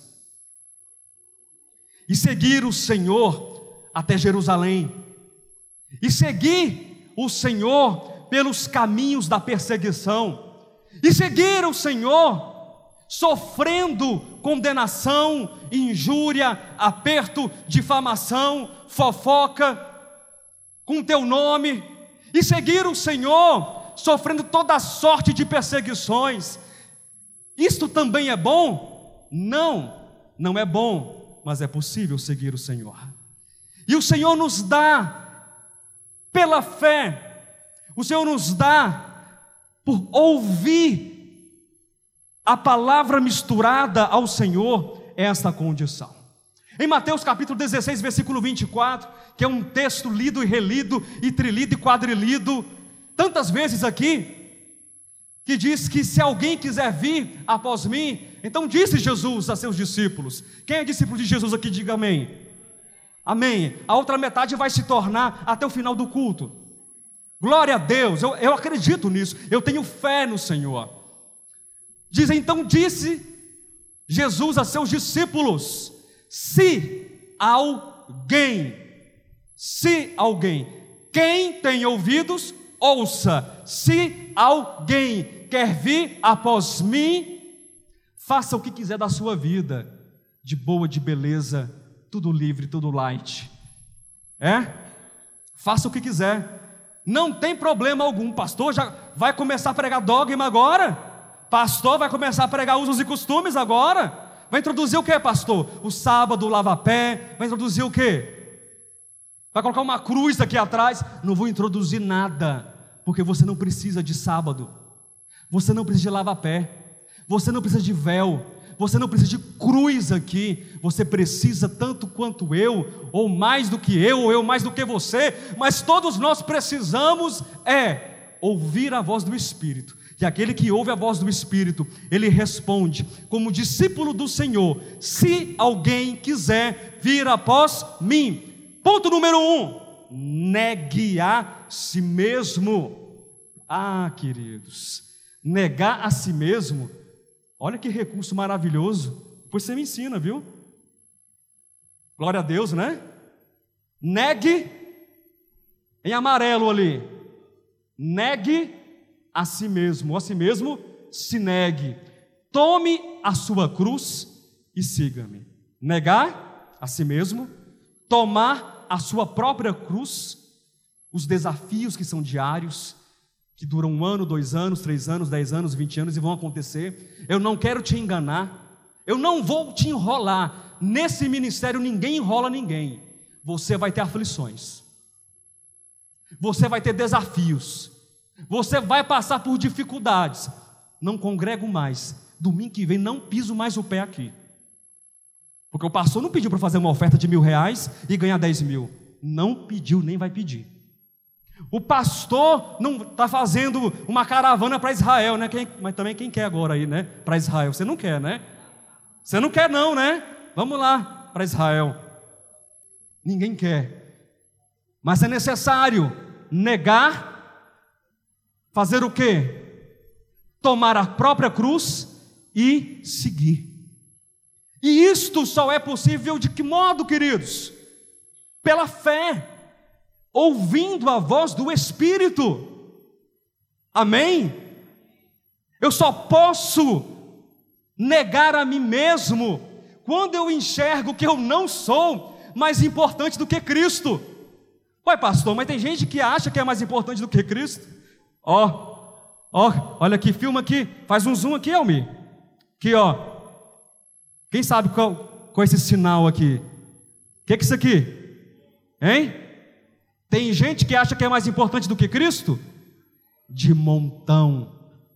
E seguir o Senhor até Jerusalém? E seguir o Senhor pelos caminhos da perseguição? E seguir o Senhor sofrendo condenação, injúria, aperto, difamação, fofoca com teu nome? E seguir o Senhor sofrendo toda sorte de perseguições? Isto também é bom? Não, não é bom, mas é possível seguir o Senhor. E o Senhor nos dá pela fé, o Senhor nos dá por ouvir a palavra misturada ao Senhor, esta condição. Em Mateus capítulo dezesseis, versículo vinte e quatro, que é um texto lido e relido, e trilido e quadrilido, tantas vezes aqui, que diz que se alguém quiser vir após mim, então disse Jesus a seus discípulos. Quem é discípulo de Jesus aqui, diga amém. Amém. A outra metade vai se tornar até o final do culto. Glória a Deus, eu, eu acredito nisso, eu tenho fé no Senhor. Diz, então disse Jesus a seus discípulos: se alguém, se alguém, quem tem ouvidos, ouça. Se alguém quer vir após mim, faça o que quiser da sua vida, de boa, de beleza, tudo livre, tudo light. É? Faça o que quiser, não tem problema algum. Pastor já vai começar a pregar dogma agora? Pastor vai começar a pregar usos e costumes agora? Vai introduzir o que, pastor? O sábado, o lava-pé. Vai introduzir o que? Vai colocar uma cruz aqui atrás? Não vou introduzir nada, porque você não precisa de sábado, você não precisa de lava-pé, você não precisa de véu, você não precisa de cruz aqui. Você precisa tanto quanto eu, ou mais do que eu, ou eu mais do que você, mas todos nós precisamos é ouvir a voz do Espírito. E aquele que ouve a voz do Espírito, ele responde como discípulo do Senhor: se alguém quiser vir após mim. Ponto número um: negue a si mesmo. Ah, queridos, negar a si mesmo, olha que recurso maravilhoso. Depois você me ensina, viu? Glória a Deus, né? Negue, em amarelo ali, negue a si mesmo, ou a si mesmo, se negue, tome a sua cruz e siga-me. Negar a si mesmo, tomar a sua própria cruz, os desafios que são diários, que duram um ano, dois anos, três anos, dez anos, vinte anos e vão acontecer. Eu não quero te enganar, eu não vou te enrolar. Nesse ministério ninguém enrola ninguém. Você vai ter aflições, você vai ter desafios, você vai passar por dificuldades. Não congrego mais, domingo que vem não piso mais o pé aqui, porque o pastor não pediu para fazer uma oferta de mil reais e ganhar dez mil. Não pediu, nem vai pedir. O pastor não está fazendo uma caravana para Israel, né? Quem, mas também quem quer agora aí, né? Para Israel, você não quer, né? Você não quer não, né? Vamos lá para Israel. Ninguém quer, mas é necessário negar. Fazer o quê? Tomar a própria cruz e seguir. E isto só é possível de que modo, queridos? Pela fé, ouvindo a voz do Espírito. Amém? Eu só posso negar a mim mesmo quando eu enxergo que eu não sou mais importante do que Cristo. Ué, pastor, mas tem gente que acha que é mais importante do que Cristo. Ó, ó, olha aqui, filma aqui, faz um zoom aqui, Almir. Aqui, ó. Quem sabe qual, qual é esse sinal aqui? O que é isso aqui? Hein? Tem gente que acha que é mais importante do que Cristo? De montão.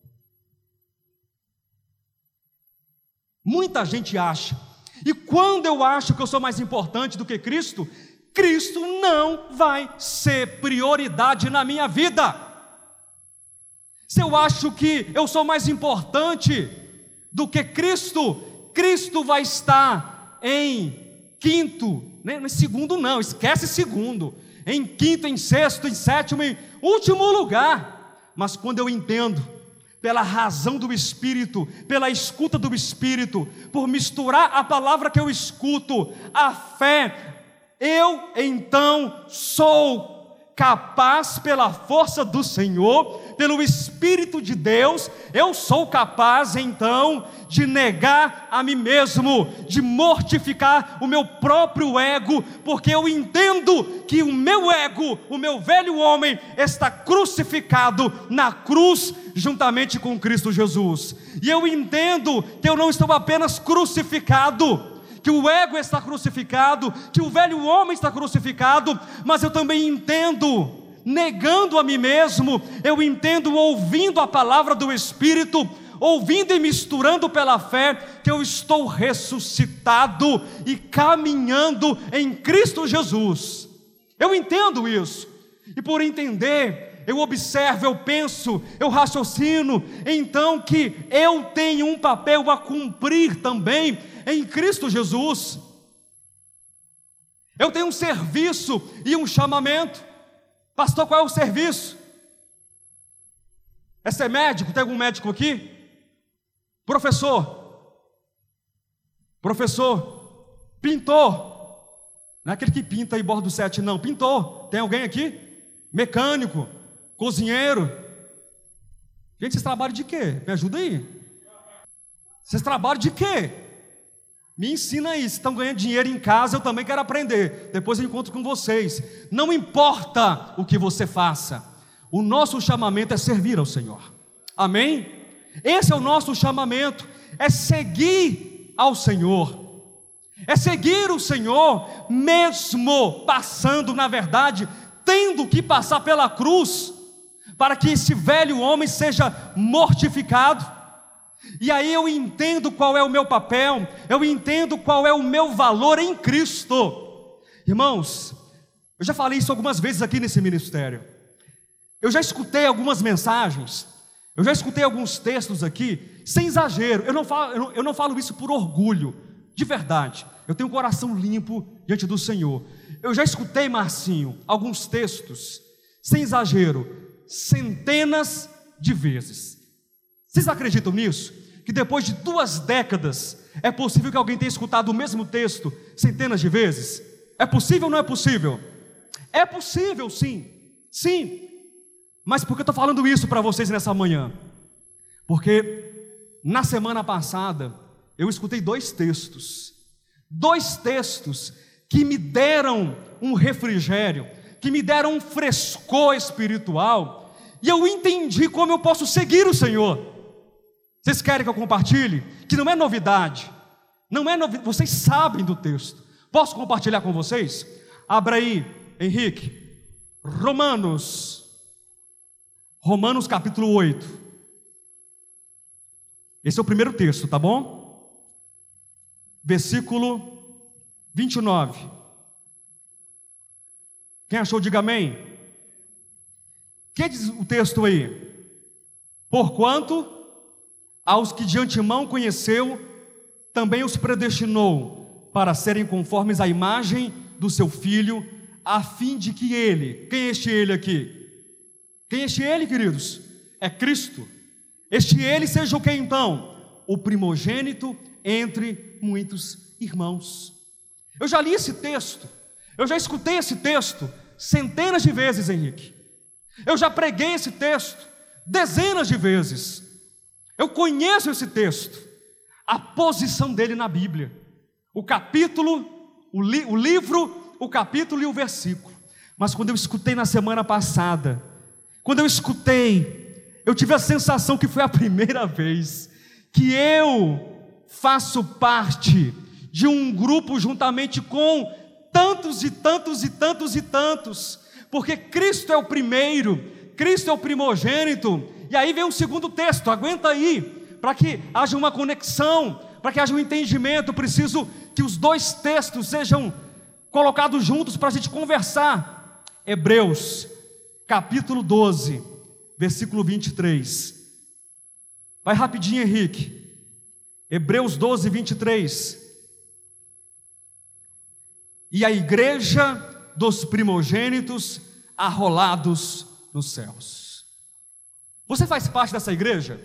Muita gente acha. E quando eu acho que eu sou mais importante do que Cristo, Cristo não vai ser prioridade na minha vida. Se eu acho que eu sou mais importante do que Cristo, Cristo vai estar em quinto, né? Não é segundo não, esquece segundo, em quinto, em sexto, em sétimo, em último lugar. Mas quando eu entendo, pela razão do Espírito, pela escuta do Espírito, por misturar a palavra que eu escuto, a fé, eu então sou capaz, pela força do Senhor, pelo Espírito de Deus, eu sou capaz então de negar a mim mesmo, de mortificar o meu próprio ego, porque eu entendo que o meu ego, o meu velho homem, está crucificado na cruz juntamente com Cristo Jesus. E eu entendo que eu não estou apenas crucificado, que o ego está crucificado, que o velho homem está crucificado, mas eu também entendo, negando a mim mesmo, eu entendo, ouvindo a palavra do Espírito, ouvindo e misturando pela fé, que eu estou ressuscitado e caminhando em Cristo Jesus. Eu entendo isso, e por entender, eu observo, eu penso, eu raciocino, então que eu tenho um papel a cumprir também em Cristo Jesus. Eu tenho um serviço e um chamamento. Pastor, qual é o serviço? É ser médico? Tem algum médico aqui? Professor? Professor? Pintor? Não é aquele que pinta aí bordo do sete, não. Pintor? Tem alguém aqui? Mecânico? Cozinheiro? Gente, vocês trabalham de quê? Me ajuda aí. Vocês trabalham de quê? Me ensina aí. Se estão ganhando dinheiro em casa, eu também quero aprender. Depois eu encontro com vocês. Não importa o que você faça, o nosso chamamento é servir ao Senhor. Amém? Esse é o nosso chamamento, é seguir ao Senhor, é seguir o Senhor, mesmo passando, na verdade, tendo que passar pela cruz, para que esse velho homem seja mortificado. E aí eu entendo qual é o meu papel, eu entendo qual é o meu valor em Cristo. Irmãos, eu já falei isso algumas vezes aqui nesse ministério, eu já escutei algumas mensagens, eu já escutei alguns textos aqui, sem exagero, eu não falo, eu não, eu não falo isso por orgulho, de verdade, eu tenho um coração limpo diante do Senhor. Eu já escutei, Marcinho, alguns textos, sem exagero, centenas de vezes. Vocês acreditam nisso? Que depois de duas décadas, é possível que alguém tenha escutado o mesmo texto centenas de vezes? É possível ou não é possível? É possível, sim, sim. Mas por que eu estou falando isso para vocês nessa manhã? Porque na semana passada, eu escutei dois textos, dois textos que me deram um refrigério, que me deram um frescor espiritual, e eu entendi como eu posso seguir o Senhor. Vocês querem que eu compartilhe? Que não é novidade, não é novidade, vocês sabem do texto. Posso compartilhar com vocês? Abra aí, Henrique, Romanos, Romanos capítulo oito. Esse é o primeiro texto, tá bom? Versículo vinte e nove. Quem achou, diga amém. O que diz o texto aí? Porquanto aos que de antemão conheceu, também os predestinou para serem conformes à imagem do seu Filho, a fim de que ele, quem é este ele aqui? Quem é este ele, queridos? É Cristo. Este ele seja o que então? O primogênito entre muitos irmãos. Eu já li esse texto, eu já escutei esse texto centenas de vezes, Henrique. Eu já preguei esse texto dezenas de vezes. Eu conheço esse texto, a posição dele na Bíblia, o capítulo, o, li, o livro, o capítulo e o versículo. Mas quando eu escutei na semana passada, quando eu escutei, eu tive a sensação que foi a primeira vez que eu faço parte de um grupo juntamente com tantos e tantos e tantos e tantos, porque Cristo é o primeiro, Cristo é o primogênito. E aí vem um segundo texto, aguenta aí, para que haja uma conexão, para que haja um entendimento. Preciso que os dois textos sejam colocados juntos para a gente conversar. Hebreus, capítulo doze, versículo vinte e três. Vai rapidinho, Henrique. Hebreus doze, vinte e três. E a igreja dos primogênitos arrolados nos céus. Você faz parte dessa igreja?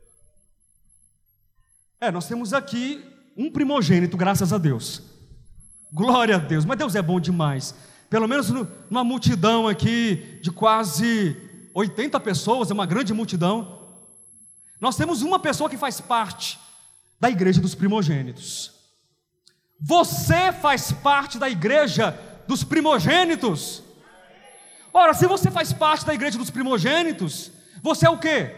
É, nós temos aqui um primogênito, graças a Deus. Glória a Deus, mas Deus é bom demais. Pelo menos numa multidão aqui de quase oitenta pessoas, é uma grande multidão. Nós temos uma pessoa que faz parte da igreja dos primogênitos. Você faz parte da igreja dos primogênitos. Ora, se você faz parte da igreja dos primogênitos, você é o quê?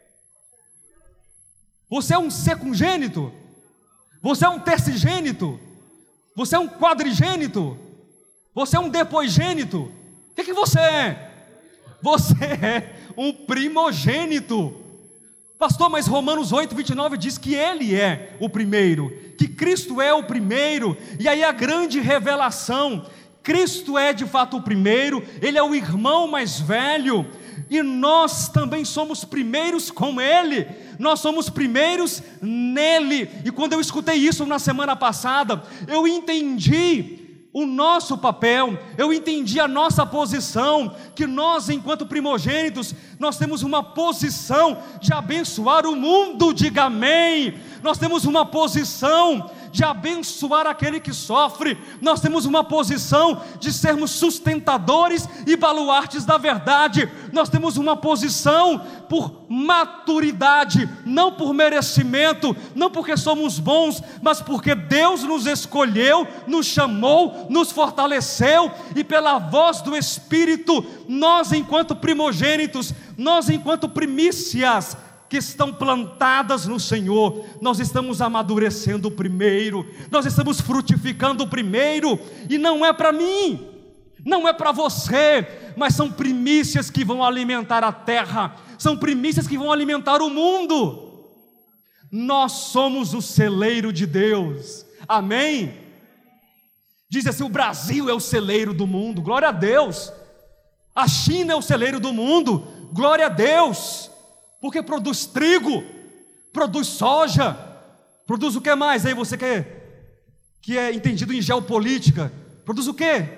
Você é um secungênito? Você é um tercigênito? Você é um quadrigênito? Você é um depoisgênito? O que, que você é? Você é um primogênito. Pastor, mas Romanos oito, vinte e nove diz que Ele é o primeiro, que Cristo é o primeiro. E aí a grande revelação: Cristo é de fato o primeiro, Ele é o irmão mais velho, e nós também somos primeiros com Ele, nós somos primeiros nele. E quando eu escutei isso na semana passada, eu entendi o nosso papel, eu entendi a nossa posição, que nós, enquanto primogênitos, nós temos uma posição de abençoar o mundo, diga amém. Nós temos uma posição de abençoar aquele que sofre, nós temos uma posição de sermos sustentadores e baluartes da verdade, nós temos uma posição por maturidade, não por merecimento, não porque somos bons, mas porque Deus nos escolheu, nos chamou, nos fortaleceu, e pela voz do Espírito, nós enquanto primogênitos, nós enquanto primícias, que estão plantadas no Senhor, nós estamos amadurecendo o primeiro, nós estamos frutificando o primeiro, e não é para mim, não é para você, mas são primícias que vão alimentar a terra, são primícias que vão alimentar o mundo. Nós somos o celeiro de Deus, amém? Diz assim: o Brasil é o celeiro do mundo, glória a Deus. A China é o celeiro do mundo, glória a Deus. Porque produz trigo, produz soja, produz o que mais? Aí você que é, que é entendido em geopolítica, produz o que?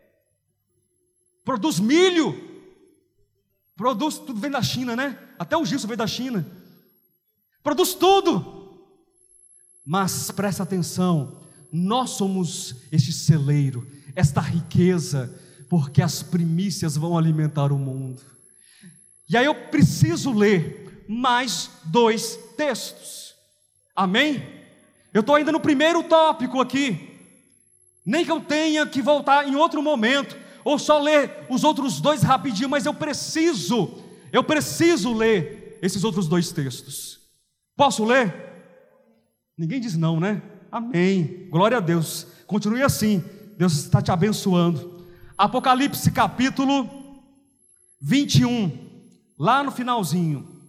Produz milho, produz, tudo vem da China, né? Até o Gilson vem da China, produz tudo. Mas presta atenção, nós somos este celeiro, esta riqueza, porque as primícias vão alimentar o mundo. E aí eu preciso ler mais dois textos, amém? Eu estou ainda no primeiro tópico aqui, nem que eu tenha que voltar em outro momento, ou só ler os outros dois rapidinho, mas eu preciso, eu preciso ler esses outros dois textos. Posso ler? Ninguém diz não, né? Amém, glória a Deus, continue assim, Deus está te abençoando. Apocalipse capítulo vinte e um, lá no finalzinho,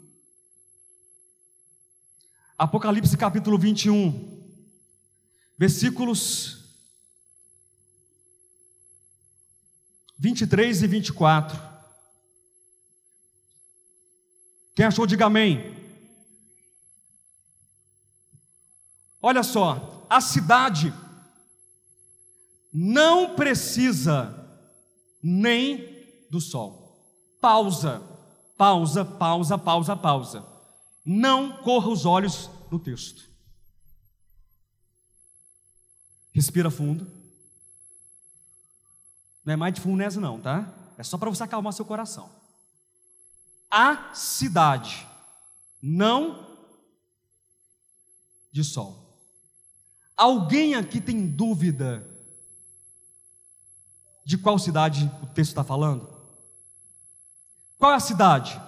Apocalipse capítulo vinte e um, versículos vinte e três e vinte e quatro. Quem achou, diga amém. Olha só, a cidade não precisa nem do sol. Pausa. Pausa, pausa, pausa, pausa. Não corra os olhos no texto. Respira fundo. Não é mais de funese não, tá? É só para você acalmar seu coração. A cidade não de sol. Alguém aqui tem dúvida de qual cidade o texto está falando? Qual é a cidade?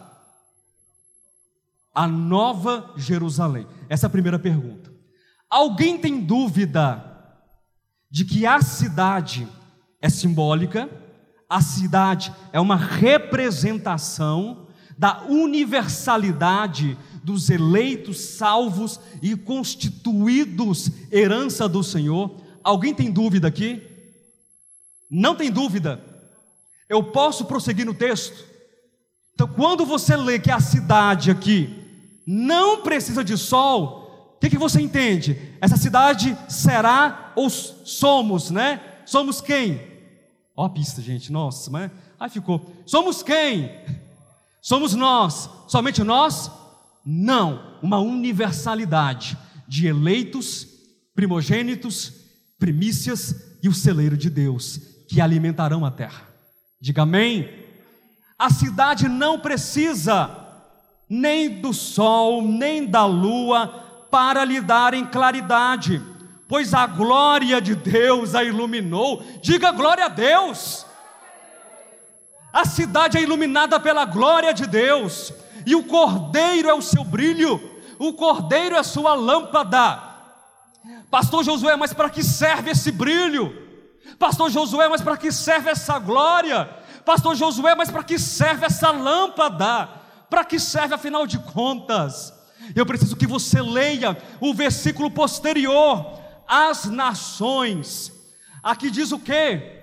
A Nova Jerusalém. Essa é a primeira pergunta. Alguém tem dúvida de que a cidade é simbólica, a cidade é uma representação da universalidade dos eleitos, salvos e constituídos herança do Senhor. Alguém tem dúvida aqui? Não tem dúvida? Eu posso prosseguir no texto? Então, quando você lê que a cidade aqui não precisa de sol, o que, que você entende? Essa cidade será ou somos, né? Somos quem? Ó a pista, gente, nossa, mas aí ficou. Somos quem? Somos nós. Somente nós? Não. Uma universalidade de eleitos, primogênitos, primícias e o celeiro de Deus, que alimentarão a terra. Diga amém. A cidade não precisa nem do sol, nem da lua para lhe darem claridade, pois a glória de Deus a iluminou. Diga glória a Deus. A cidade é iluminada pela glória de Deus, e o Cordeiro é o seu brilho, o Cordeiro é a sua lâmpada. Pastor Josué, mas para que serve esse brilho? Pastor Josué, mas para que serve essa glória? Pastor Josué, mas para que serve essa lâmpada? Para que serve afinal de contas? Eu preciso que você leia o versículo posterior. As nações, aqui diz o quê?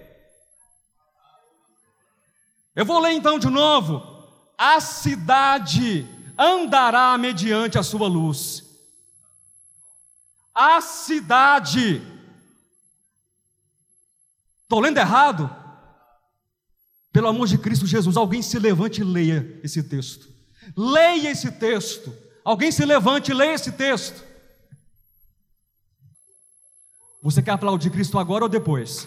Eu vou ler então de novo. A cidade andará mediante a sua luz. A cidade. Estou lendo errado? Pelo amor de Cristo Jesus, alguém se levante e leia esse texto. Leia esse texto. Alguém se levante e leia esse texto. Você quer aplaudir Cristo agora ou depois?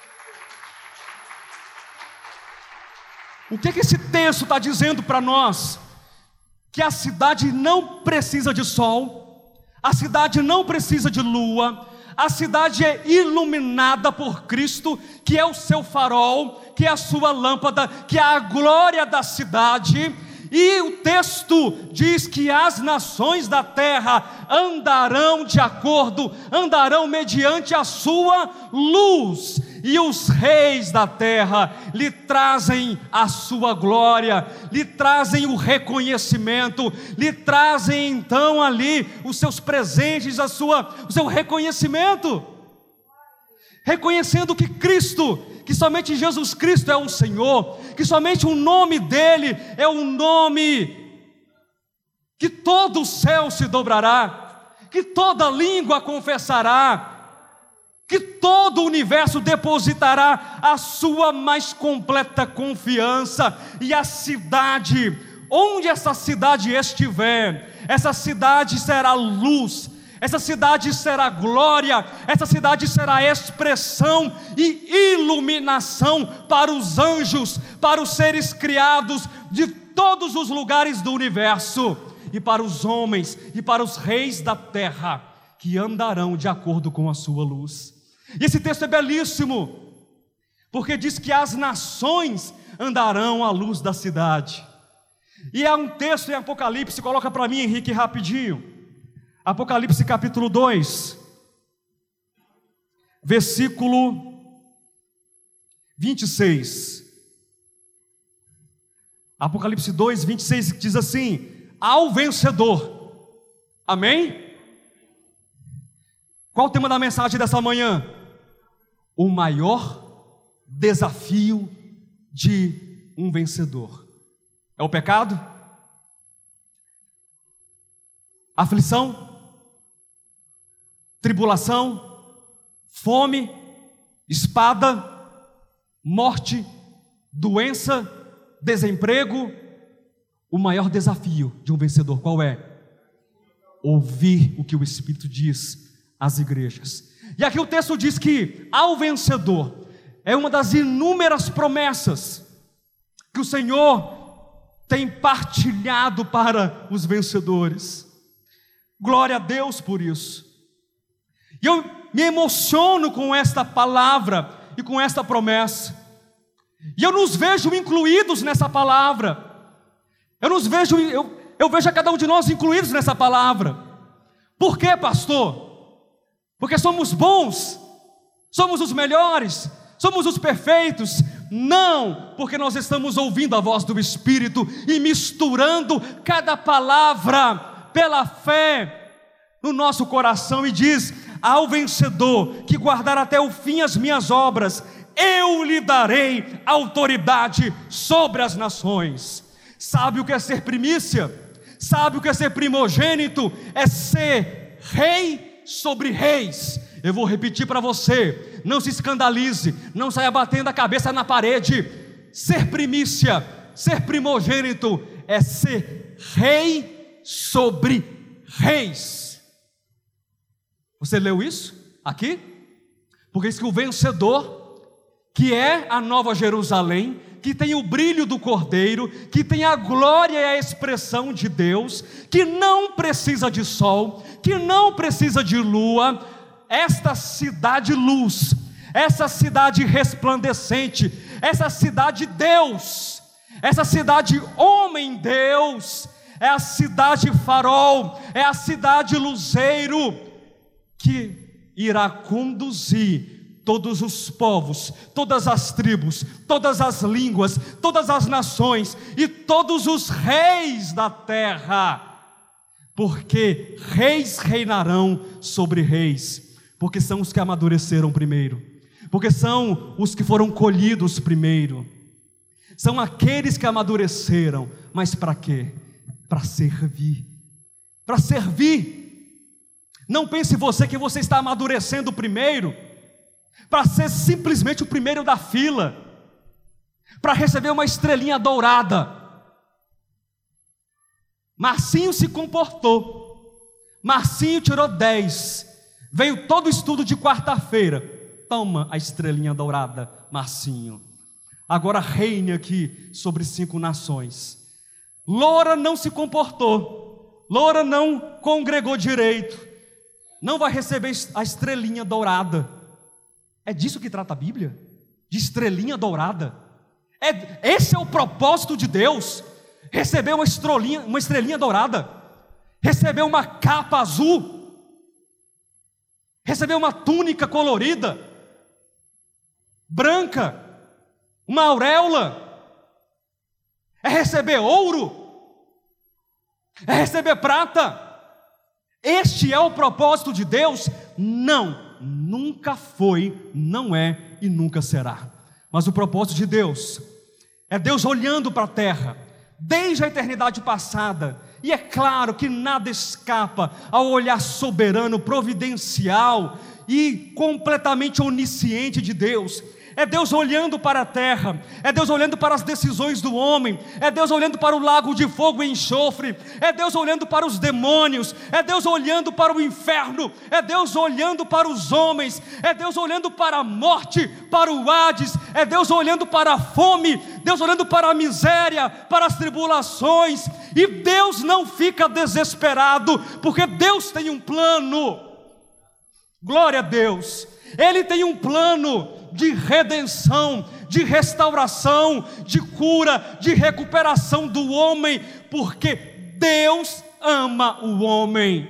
O que, que esse texto está dizendo para nós? Que a cidade não precisa de sol, a cidade não precisa de lua, a cidade é iluminada por Cristo, que é o seu farol, que é a sua lâmpada, que é a glória da cidade. E o texto diz que as nações da terra andarão de acordo, andarão mediante a sua luz, e os reis da terra lhe trazem a sua glória, lhe trazem o reconhecimento, lhe trazem então ali os seus presentes, a sua, o seu reconhecimento, reconhecendo que Cristo, que somente Jesus Cristo é o Senhor, que somente o nome dele é um nome que todo o céu se dobrará, que toda língua confessará, que todo o universo depositará a sua mais completa confiança. E a cidade, onde essa cidade estiver, essa cidade será luz, essa cidade será glória, essa cidade será expressão e iluminação para os anjos, para os seres criados de todos os lugares do universo, e para os homens e para os reis da terra, que andarão de acordo com a sua luz. E esse texto é belíssimo, porque diz que as nações andarão à luz da cidade. E é um texto em Apocalipse, coloca para mim, Henrique, rapidinho. Apocalipse capítulo dois, versículo vinte e seis. Apocalipse dois, vinte e seis diz assim: ao vencedor. Amém? Qual o tema da mensagem dessa manhã? O maior desafio de um vencedor é o pecado? Aflição? Tribulação? Fome? Espada? Morte? Doença? Desemprego? O maior desafio de um vencedor qual é? Ouvir o que o Espírito diz às igrejas. E aqui o texto diz que ao vencedor é uma das inúmeras promessas que o Senhor tem partilhado para os vencedores. Glória a Deus por isso. E eu me emociono com esta palavra e com esta promessa. E eu nos vejo incluídos nessa palavra. Eu nos vejo, eu, eu vejo a cada um de nós incluídos nessa palavra. Por quê, pastor? Porque somos bons, somos os melhores, Somos os perfeitos? Não, porque nós estamos ouvindo a voz do Espírito e misturando cada palavra pela fé no nosso coração, e diz: ao vencedor que guardar até o fim as minhas obras, eu lhe darei autoridade sobre as nações. Sabe o que é ser primícia? Sabe o que é ser primogênito? É ser rei sobre reis. Eu vou repetir para você, não se escandalize, não saia batendo a cabeça na parede. Ser primícia, ser primogênito é ser rei sobre reis. Você leu isso aqui? Porque diz que o vencedor, que é a nova Jerusalém, que tem o brilho do Cordeiro, que tem a glória e a expressão de Deus, que não precisa de sol, que não precisa de lua, esta cidade luz, essa cidade resplandecente, essa cidade Deus, essa cidade homem Deus, é a cidade farol, é a cidade luzeiro, que irá conduzir todos os povos, todas as tribos, todas as línguas, todas as nações e todos os reis da terra, porque reis reinarão sobre reis, porque são os que amadureceram primeiro, porque são os que foram colhidos primeiro, são aqueles que amadureceram. Mas para quê? Para servir, para servir. Não pense você que você está amadurecendo primeiro para ser simplesmente o primeiro da fila, para receber uma estrelinha dourada. Marcinho se comportou, Marcinho tirou dez, veio todo o estudo de quarta-feira, toma a estrelinha dourada, Marcinho, agora reine aqui sobre cinco nações. Loura não se comportou, Loura não congregou direito, não vai receber a estrelinha dourada. É disso que trata a Bíblia? De estrelinha dourada? É, esse é o propósito de Deus? Receber uma estrelinha, uma estrelinha dourada? Receber uma capa azul? Receber uma túnica colorida? Branca? Uma auréola? É receber ouro? É receber prata? Este é o propósito de Deus? Não, nunca foi, não é e nunca será. Mas o propósito de Deus é Deus olhando para a terra desde a eternidade passada, e é claro que nada escapa ao olhar soberano, providencial e completamente onisciente de Deus. É Deus olhando para a terra, é Deus olhando para as decisões do homem, é Deus olhando para o lago de fogo e enxofre, é Deus olhando para os demônios, é Deus olhando para o inferno, é Deus olhando para os homens, é Deus olhando para a morte, para o Hades, é Deus olhando para a fome, Deus olhando para a miséria, para as tribulações. E Deus não fica desesperado, porque Deus tem um plano. Glória a Deus. Ele tem um plano de redenção, de restauração, de cura, de recuperação do homem, porque Deus ama o homem.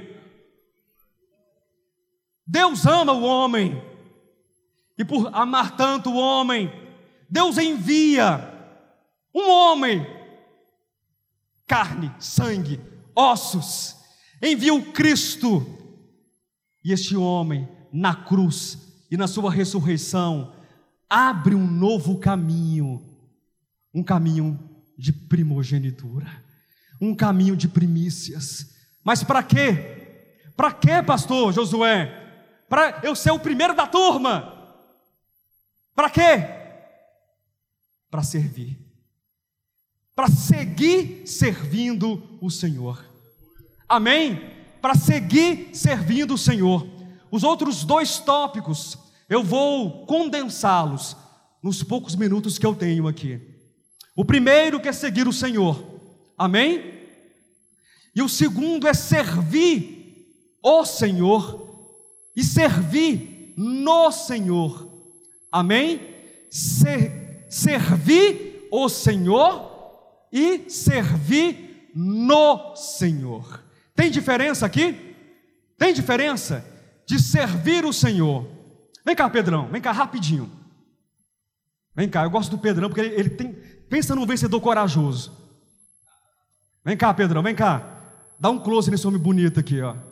Deus ama o homem, e por amar tanto o homem, Deus envia um homem, carne, sangue, ossos, envia o Cristo, e este homem na cruz e na sua ressurreição abre um novo caminho, um caminho de primogenitura, um caminho de primícias. Mas para quê? Para quê, pastor Josué? Para eu ser o primeiro da turma? Para quê? Para servir, para seguir servindo o Senhor. Amém? Para seguir servindo o Senhor. Os outros dois tópicos eu vou condensá-los nos poucos minutos que eu tenho aqui. O primeiro que é seguir o Senhor, amém? E o segundo é servir o Senhor e servir no Senhor, amém? Ser, servir o Senhor e servir no Senhor. Tem diferença aqui? Tem diferença de servir o Senhor. Vem cá, Pedrão, vem cá rapidinho. Vem cá, eu gosto do Pedrão porque ele, ele tem, pensa num vencedor corajoso. Vem cá, Pedrão, vem cá. Dá um close nesse homem bonito aqui, ó.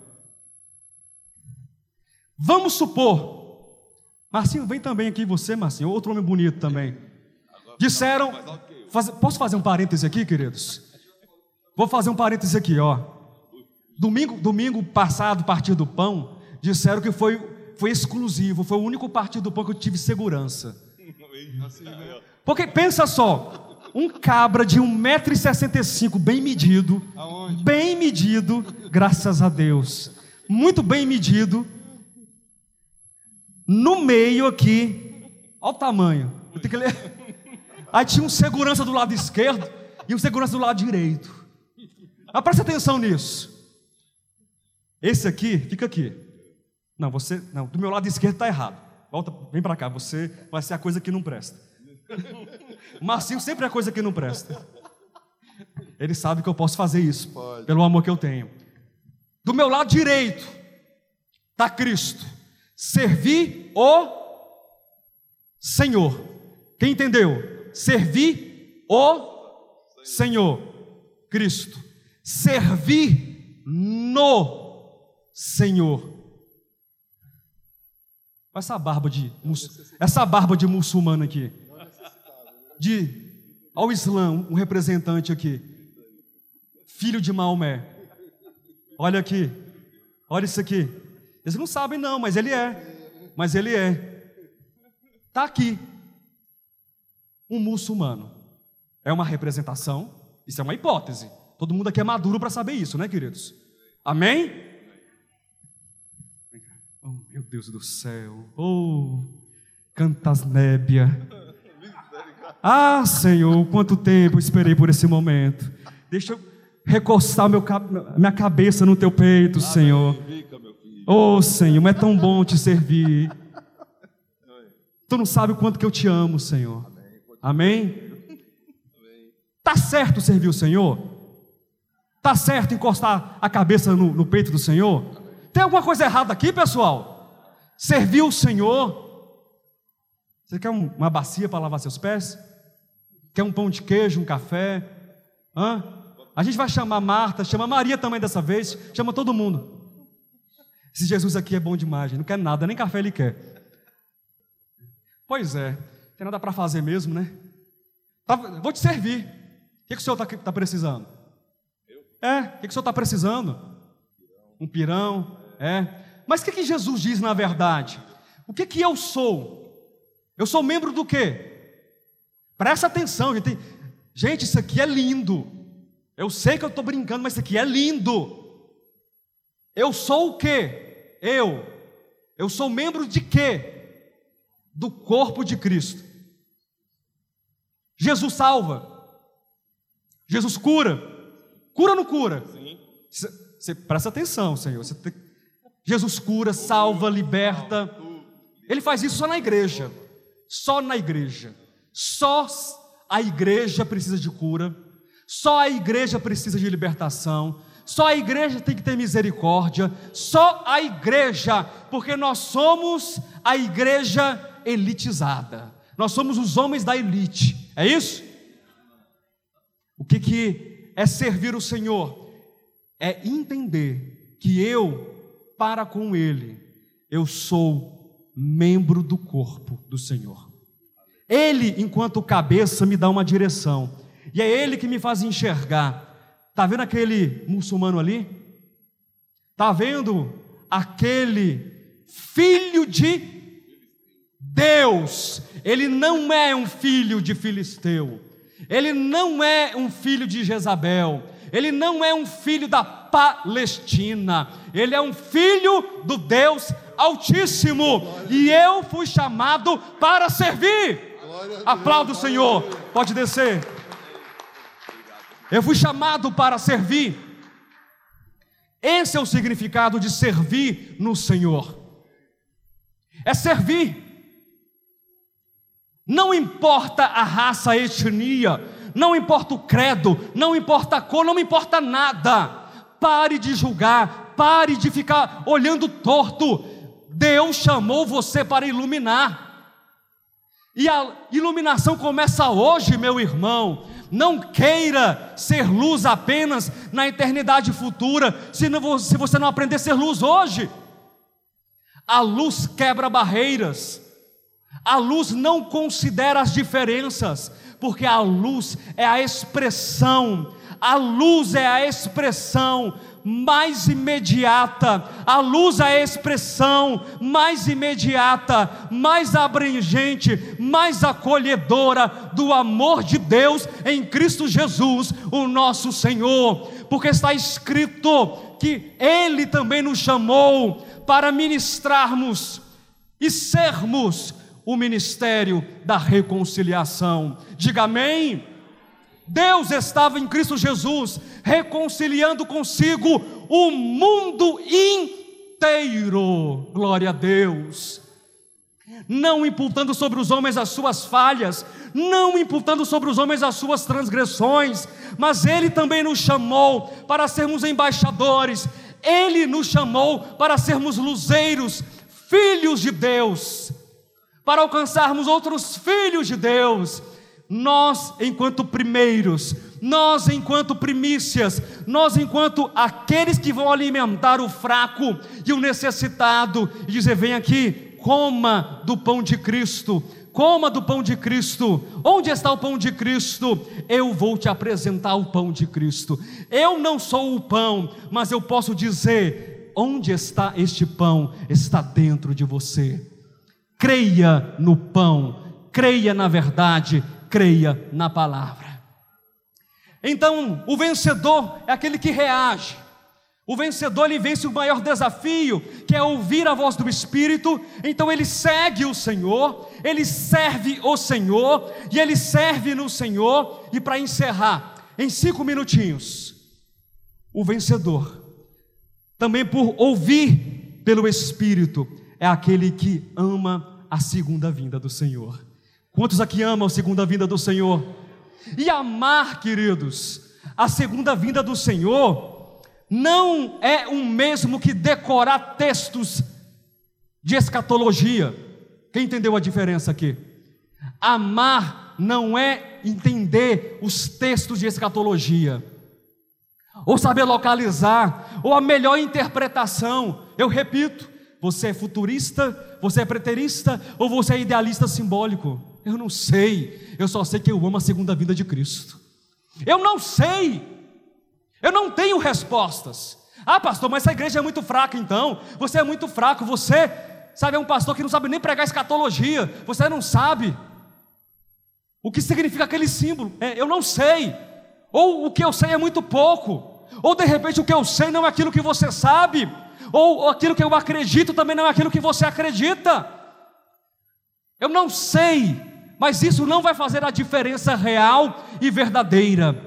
Vamos supor, Marcinho, vem também aqui você, Marcinho, outro homem bonito também. Disseram, faz, posso fazer um parêntese aqui, queridos? Vou fazer um parêntese aqui, ó. Domingo, domingo passado, Partido do Pão, disseram que foi, foi exclusivo, foi o único Partido do Pão que eu tive segurança. Porque pensa só, um cabra de um metro e sessenta e cinco, bem medido, Aonde? bem medido, graças a Deus, muito bem medido, no meio aqui, olha o tamanho, eu tenho que ler. Aí tinha um segurança do lado esquerdo e um segurança do lado direito. Mas presta atenção nisso. Esse aqui, fica aqui. Não, você, não, do meu lado esquerdo está errado. Volta, vem para cá, você vai ser a coisa que não presta. O Marcinho sempre é a coisa que não presta. Ele sabe que eu posso fazer isso, Pode. pelo amor que eu tenho. Do meu lado direito está Cristo. Servir o Senhor. Quem entendeu? Servir o Senhor. Cristo. Servir no Senhor. Essa barba de essa barba de muçulmano aqui. De ao Islã, um representante aqui. Filho de Maomé. Olha aqui. Olha isso aqui. Eles não sabem não, mas ele é. Mas ele é. Está aqui. Um muçulmano. É uma representação. Isso é uma hipótese. Todo mundo aqui é maduro para saber isso, né, queridos? Amém? Oh, meu Deus do céu. Oh, cantas nébia. Ah, Senhor, quanto tempo eu esperei por esse momento. Deixa eu recostar meu, minha cabeça no teu peito, Senhor. Oh, Senhor, mas é tão bom te servir. Tu não sabe o quanto que eu te amo, Senhor. Amém? Tá certo servir o Senhor? Tá certo encostar a cabeça no, no peito do Senhor? Tem alguma coisa errada aqui, pessoal? Servir o Senhor? Você quer um, uma bacia para lavar seus pés? Quer um pão de queijo, um café? Hã? A gente vai chamar Marta, chama Maria também dessa vez, chama todo mundo. Esse Jesus aqui é bom demais, não quer nada, nem café ele quer. Pois é, não tem nada para fazer mesmo, né? Tá, vou te servir. O que, que o senhor está tá precisando? Eu? É, o que, que o senhor está precisando? Um pirão, é. Mas o que, que Jesus diz na verdade? O que, que eu sou? Eu sou membro do quê? Presta atenção, gente. Gente, isso aqui é lindo. Eu sei que eu estou brincando, mas isso aqui é lindo. Eu sou o quê? Eu. Eu sou membro de quê? Do corpo de Cristo. Jesus salva. Jesus cura. Cura ou não cura? Sim. Você presta atenção, Senhor. Você tem... Jesus cura, salva, liberta. Ele faz isso só na igreja. Só na igreja. Só a igreja precisa de cura. Só a igreja precisa de libertação. Só a igreja tem que ter misericórdia. Só a igreja, porque nós somos a igreja elitizada. Nós somos os homens da elite. É isso? O que, que é servir o Senhor? É entender que eu, para com Ele, eu sou membro do corpo do Senhor. Ele, enquanto cabeça, me dá uma direção. E é Ele que me faz enxergar. Está vendo aquele muçulmano ali? Está vendo aquele filho de Deus? Ele não é um filho de Filisteu. Ele não é um filho de Jezabel. Ele não é um filho da Palestina. Ele é um filho do Deus Altíssimo. E eu fui chamado para servir. Aplauda o Senhor. Pode descer. Eu fui chamado para servir. Esse é o significado de servir no Senhor. É servir. Não importa a raça, a etnia, não importa o credo, não importa a cor, não importa nada. Pare de julgar, pare de ficar olhando torto. Deus chamou você para iluminar. E a iluminação começa hoje, meu irmão. Não queira ser luz apenas na eternidade futura, se, não, se você não aprender a ser luz hoje. A luz quebra barreiras, a luz não considera as diferenças, porque a luz é a expressão, a luz é a expressão mais imediata, a luz é a expressão mais imediata, mais abrangente, mais acolhedora do amor de Deus em Cristo Jesus, o nosso Senhor, porque está escrito que Ele também nos chamou para ministrarmos e sermos o ministério da reconciliação. Diga amém. Deus estava em Cristo Jesus reconciliando consigo o mundo inteiro, glória a Deus, não imputando sobre os homens as suas falhas, não imputando sobre os homens as suas transgressões, mas Ele também nos chamou para sermos embaixadores, Ele nos chamou para sermos luzeiros, filhos de Deus, para alcançarmos outros filhos de Deus. Nós enquanto primeiros, nós enquanto primícias, nós enquanto aqueles que vão alimentar o fraco e o necessitado, e dizer: vem aqui, coma do pão de Cristo, coma do pão de Cristo. Onde está o pão de Cristo? Eu vou te apresentar o pão de Cristo. Eu não sou o pão, mas eu posso dizer: onde está este pão? Está dentro de você. Creia no pão, creia na verdade, creia na palavra. Então, o vencedor é aquele que reage. O vencedor, ele vence o maior desafio, que é ouvir a voz do Espírito. Então ele segue o Senhor, ele serve o Senhor, e ele serve no Senhor. E para encerrar, em cinco minutinhos, o vencedor, também por ouvir pelo Espírito, é aquele que ama a segunda vinda do Senhor. Quantos aqui amam a segunda vinda do Senhor? E amar, queridos, a segunda vinda do Senhor não é o mesmo que decorar textos de escatologia. Quem entendeu a diferença aqui? Amar não é entender os textos de escatologia, ou saber localizar, ou a melhor interpretação. Eu repito, você é futurista, você é preterista, ou você é idealista simbólico? Eu não sei, eu só sei que eu amo a segunda vinda de Cristo. Eu não sei, eu não tenho respostas. Ah, pastor, mas essa igreja é muito fraca então. Você é muito fraco, você, sabe, é um pastor que não sabe nem pregar escatologia. Você não sabe o que significa aquele símbolo. É, eu não sei, ou o que eu sei é muito pouco, ou de repente o que eu sei não é aquilo que você sabe, ou aquilo que eu acredito também não é aquilo que você acredita. Eu não sei, mas isso não vai fazer a diferença real e verdadeira.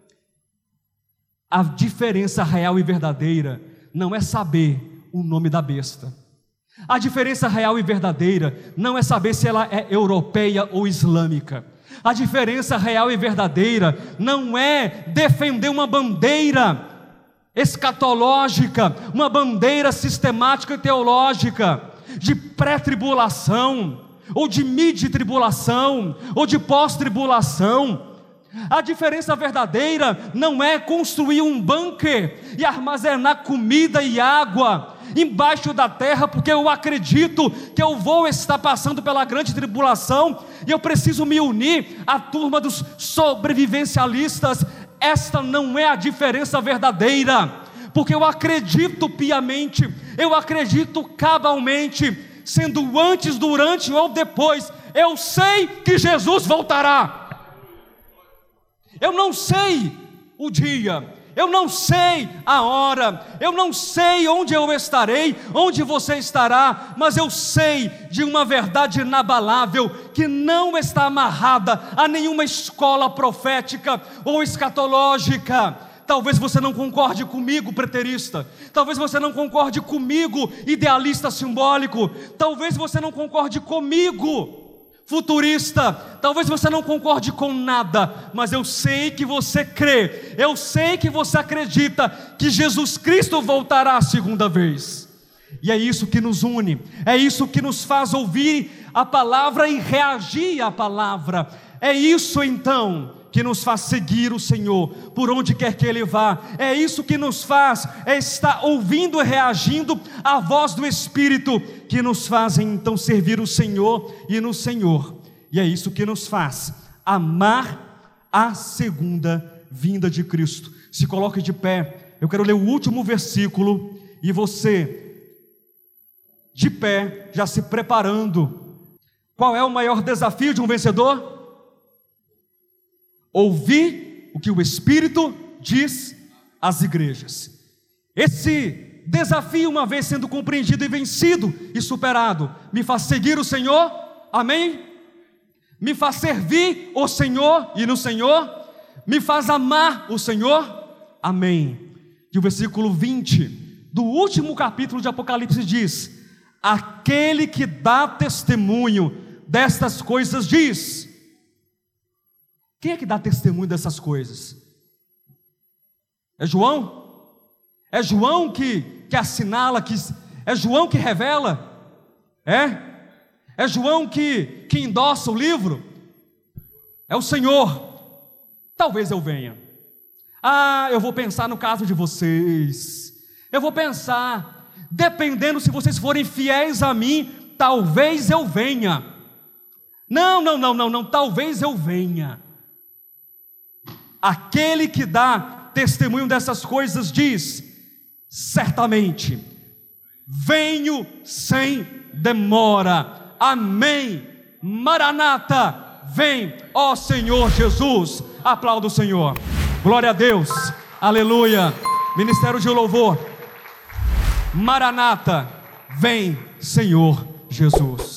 A diferença real e verdadeira não é saber o nome da besta. A diferença real e verdadeira não é saber se ela é europeia ou islâmica. A diferença real e verdadeira não é defender uma bandeira escatológica, uma bandeira sistemática e teológica de pré-tribulação, ou de mid-tribulação, ou de pós-tribulação. A diferença verdadeira não é construir um bunker e armazenar comida e água embaixo da terra, porque eu acredito que eu vou estar passando pela grande tribulação e eu preciso me unir à turma dos sobrevivencialistas. Esta não é a diferença verdadeira, porque eu acredito piamente, eu acredito cabalmente, sendo antes, durante ou depois, eu sei que Jesus voltará. Eu não sei o dia, eu não sei a hora, eu não sei onde eu estarei, onde você estará, mas eu sei de uma verdade inabalável, que não está amarrada a nenhuma escola profética ou escatológica. Talvez você não concorde comigo, preterista. Talvez você não concorde comigo, idealista simbólico. Talvez você não concorde comigo, futurista. Talvez você não concorde com nada, mas eu sei que você crê, eu sei que você acredita que Jesus Cristo voltará a segunda vez. E é isso que nos une, é isso que nos faz ouvir a palavra e reagir à palavra. É isso então que nos faz seguir o Senhor, por onde quer que Ele vá. É isso que nos faz é estar ouvindo e reagindo à voz do Espírito, que nos faz então servir o Senhor e no Senhor. E é isso que nos faz amar a segunda vinda de Cristo. Se coloque de pé, eu quero ler o último versículo, e você, de pé, já se preparando. Qual é o maior desafio de um vencedor? Ouvir o que o Espírito diz às igrejas. Esse desafio, uma vez sendo compreendido e vencido e superado, me faz seguir o Senhor, amém? Me faz servir o Senhor e no Senhor, me faz amar o Senhor, amém. E o versículo vinte do último capítulo de Apocalipse diz: aquele que dá testemunho destas coisas diz. Quem é que dá testemunho dessas coisas? É João? É João que, que assinala, que, é João que revela? É? É João que, que endossa o livro? É o Senhor. Talvez eu venha. Ah, eu vou pensar no caso de vocês. Eu vou pensar, dependendo se vocês forem fiéis a mim, talvez eu venha. Não, não, não, não, não, talvez eu venha. Aquele que dá testemunho dessas coisas diz: certamente, venho sem demora. Amém. Maranata, vem, ó Senhor Jesus. Aplauda o Senhor. Glória a Deus. Aleluia. Ministério de louvor. Maranata, vem, Senhor Jesus.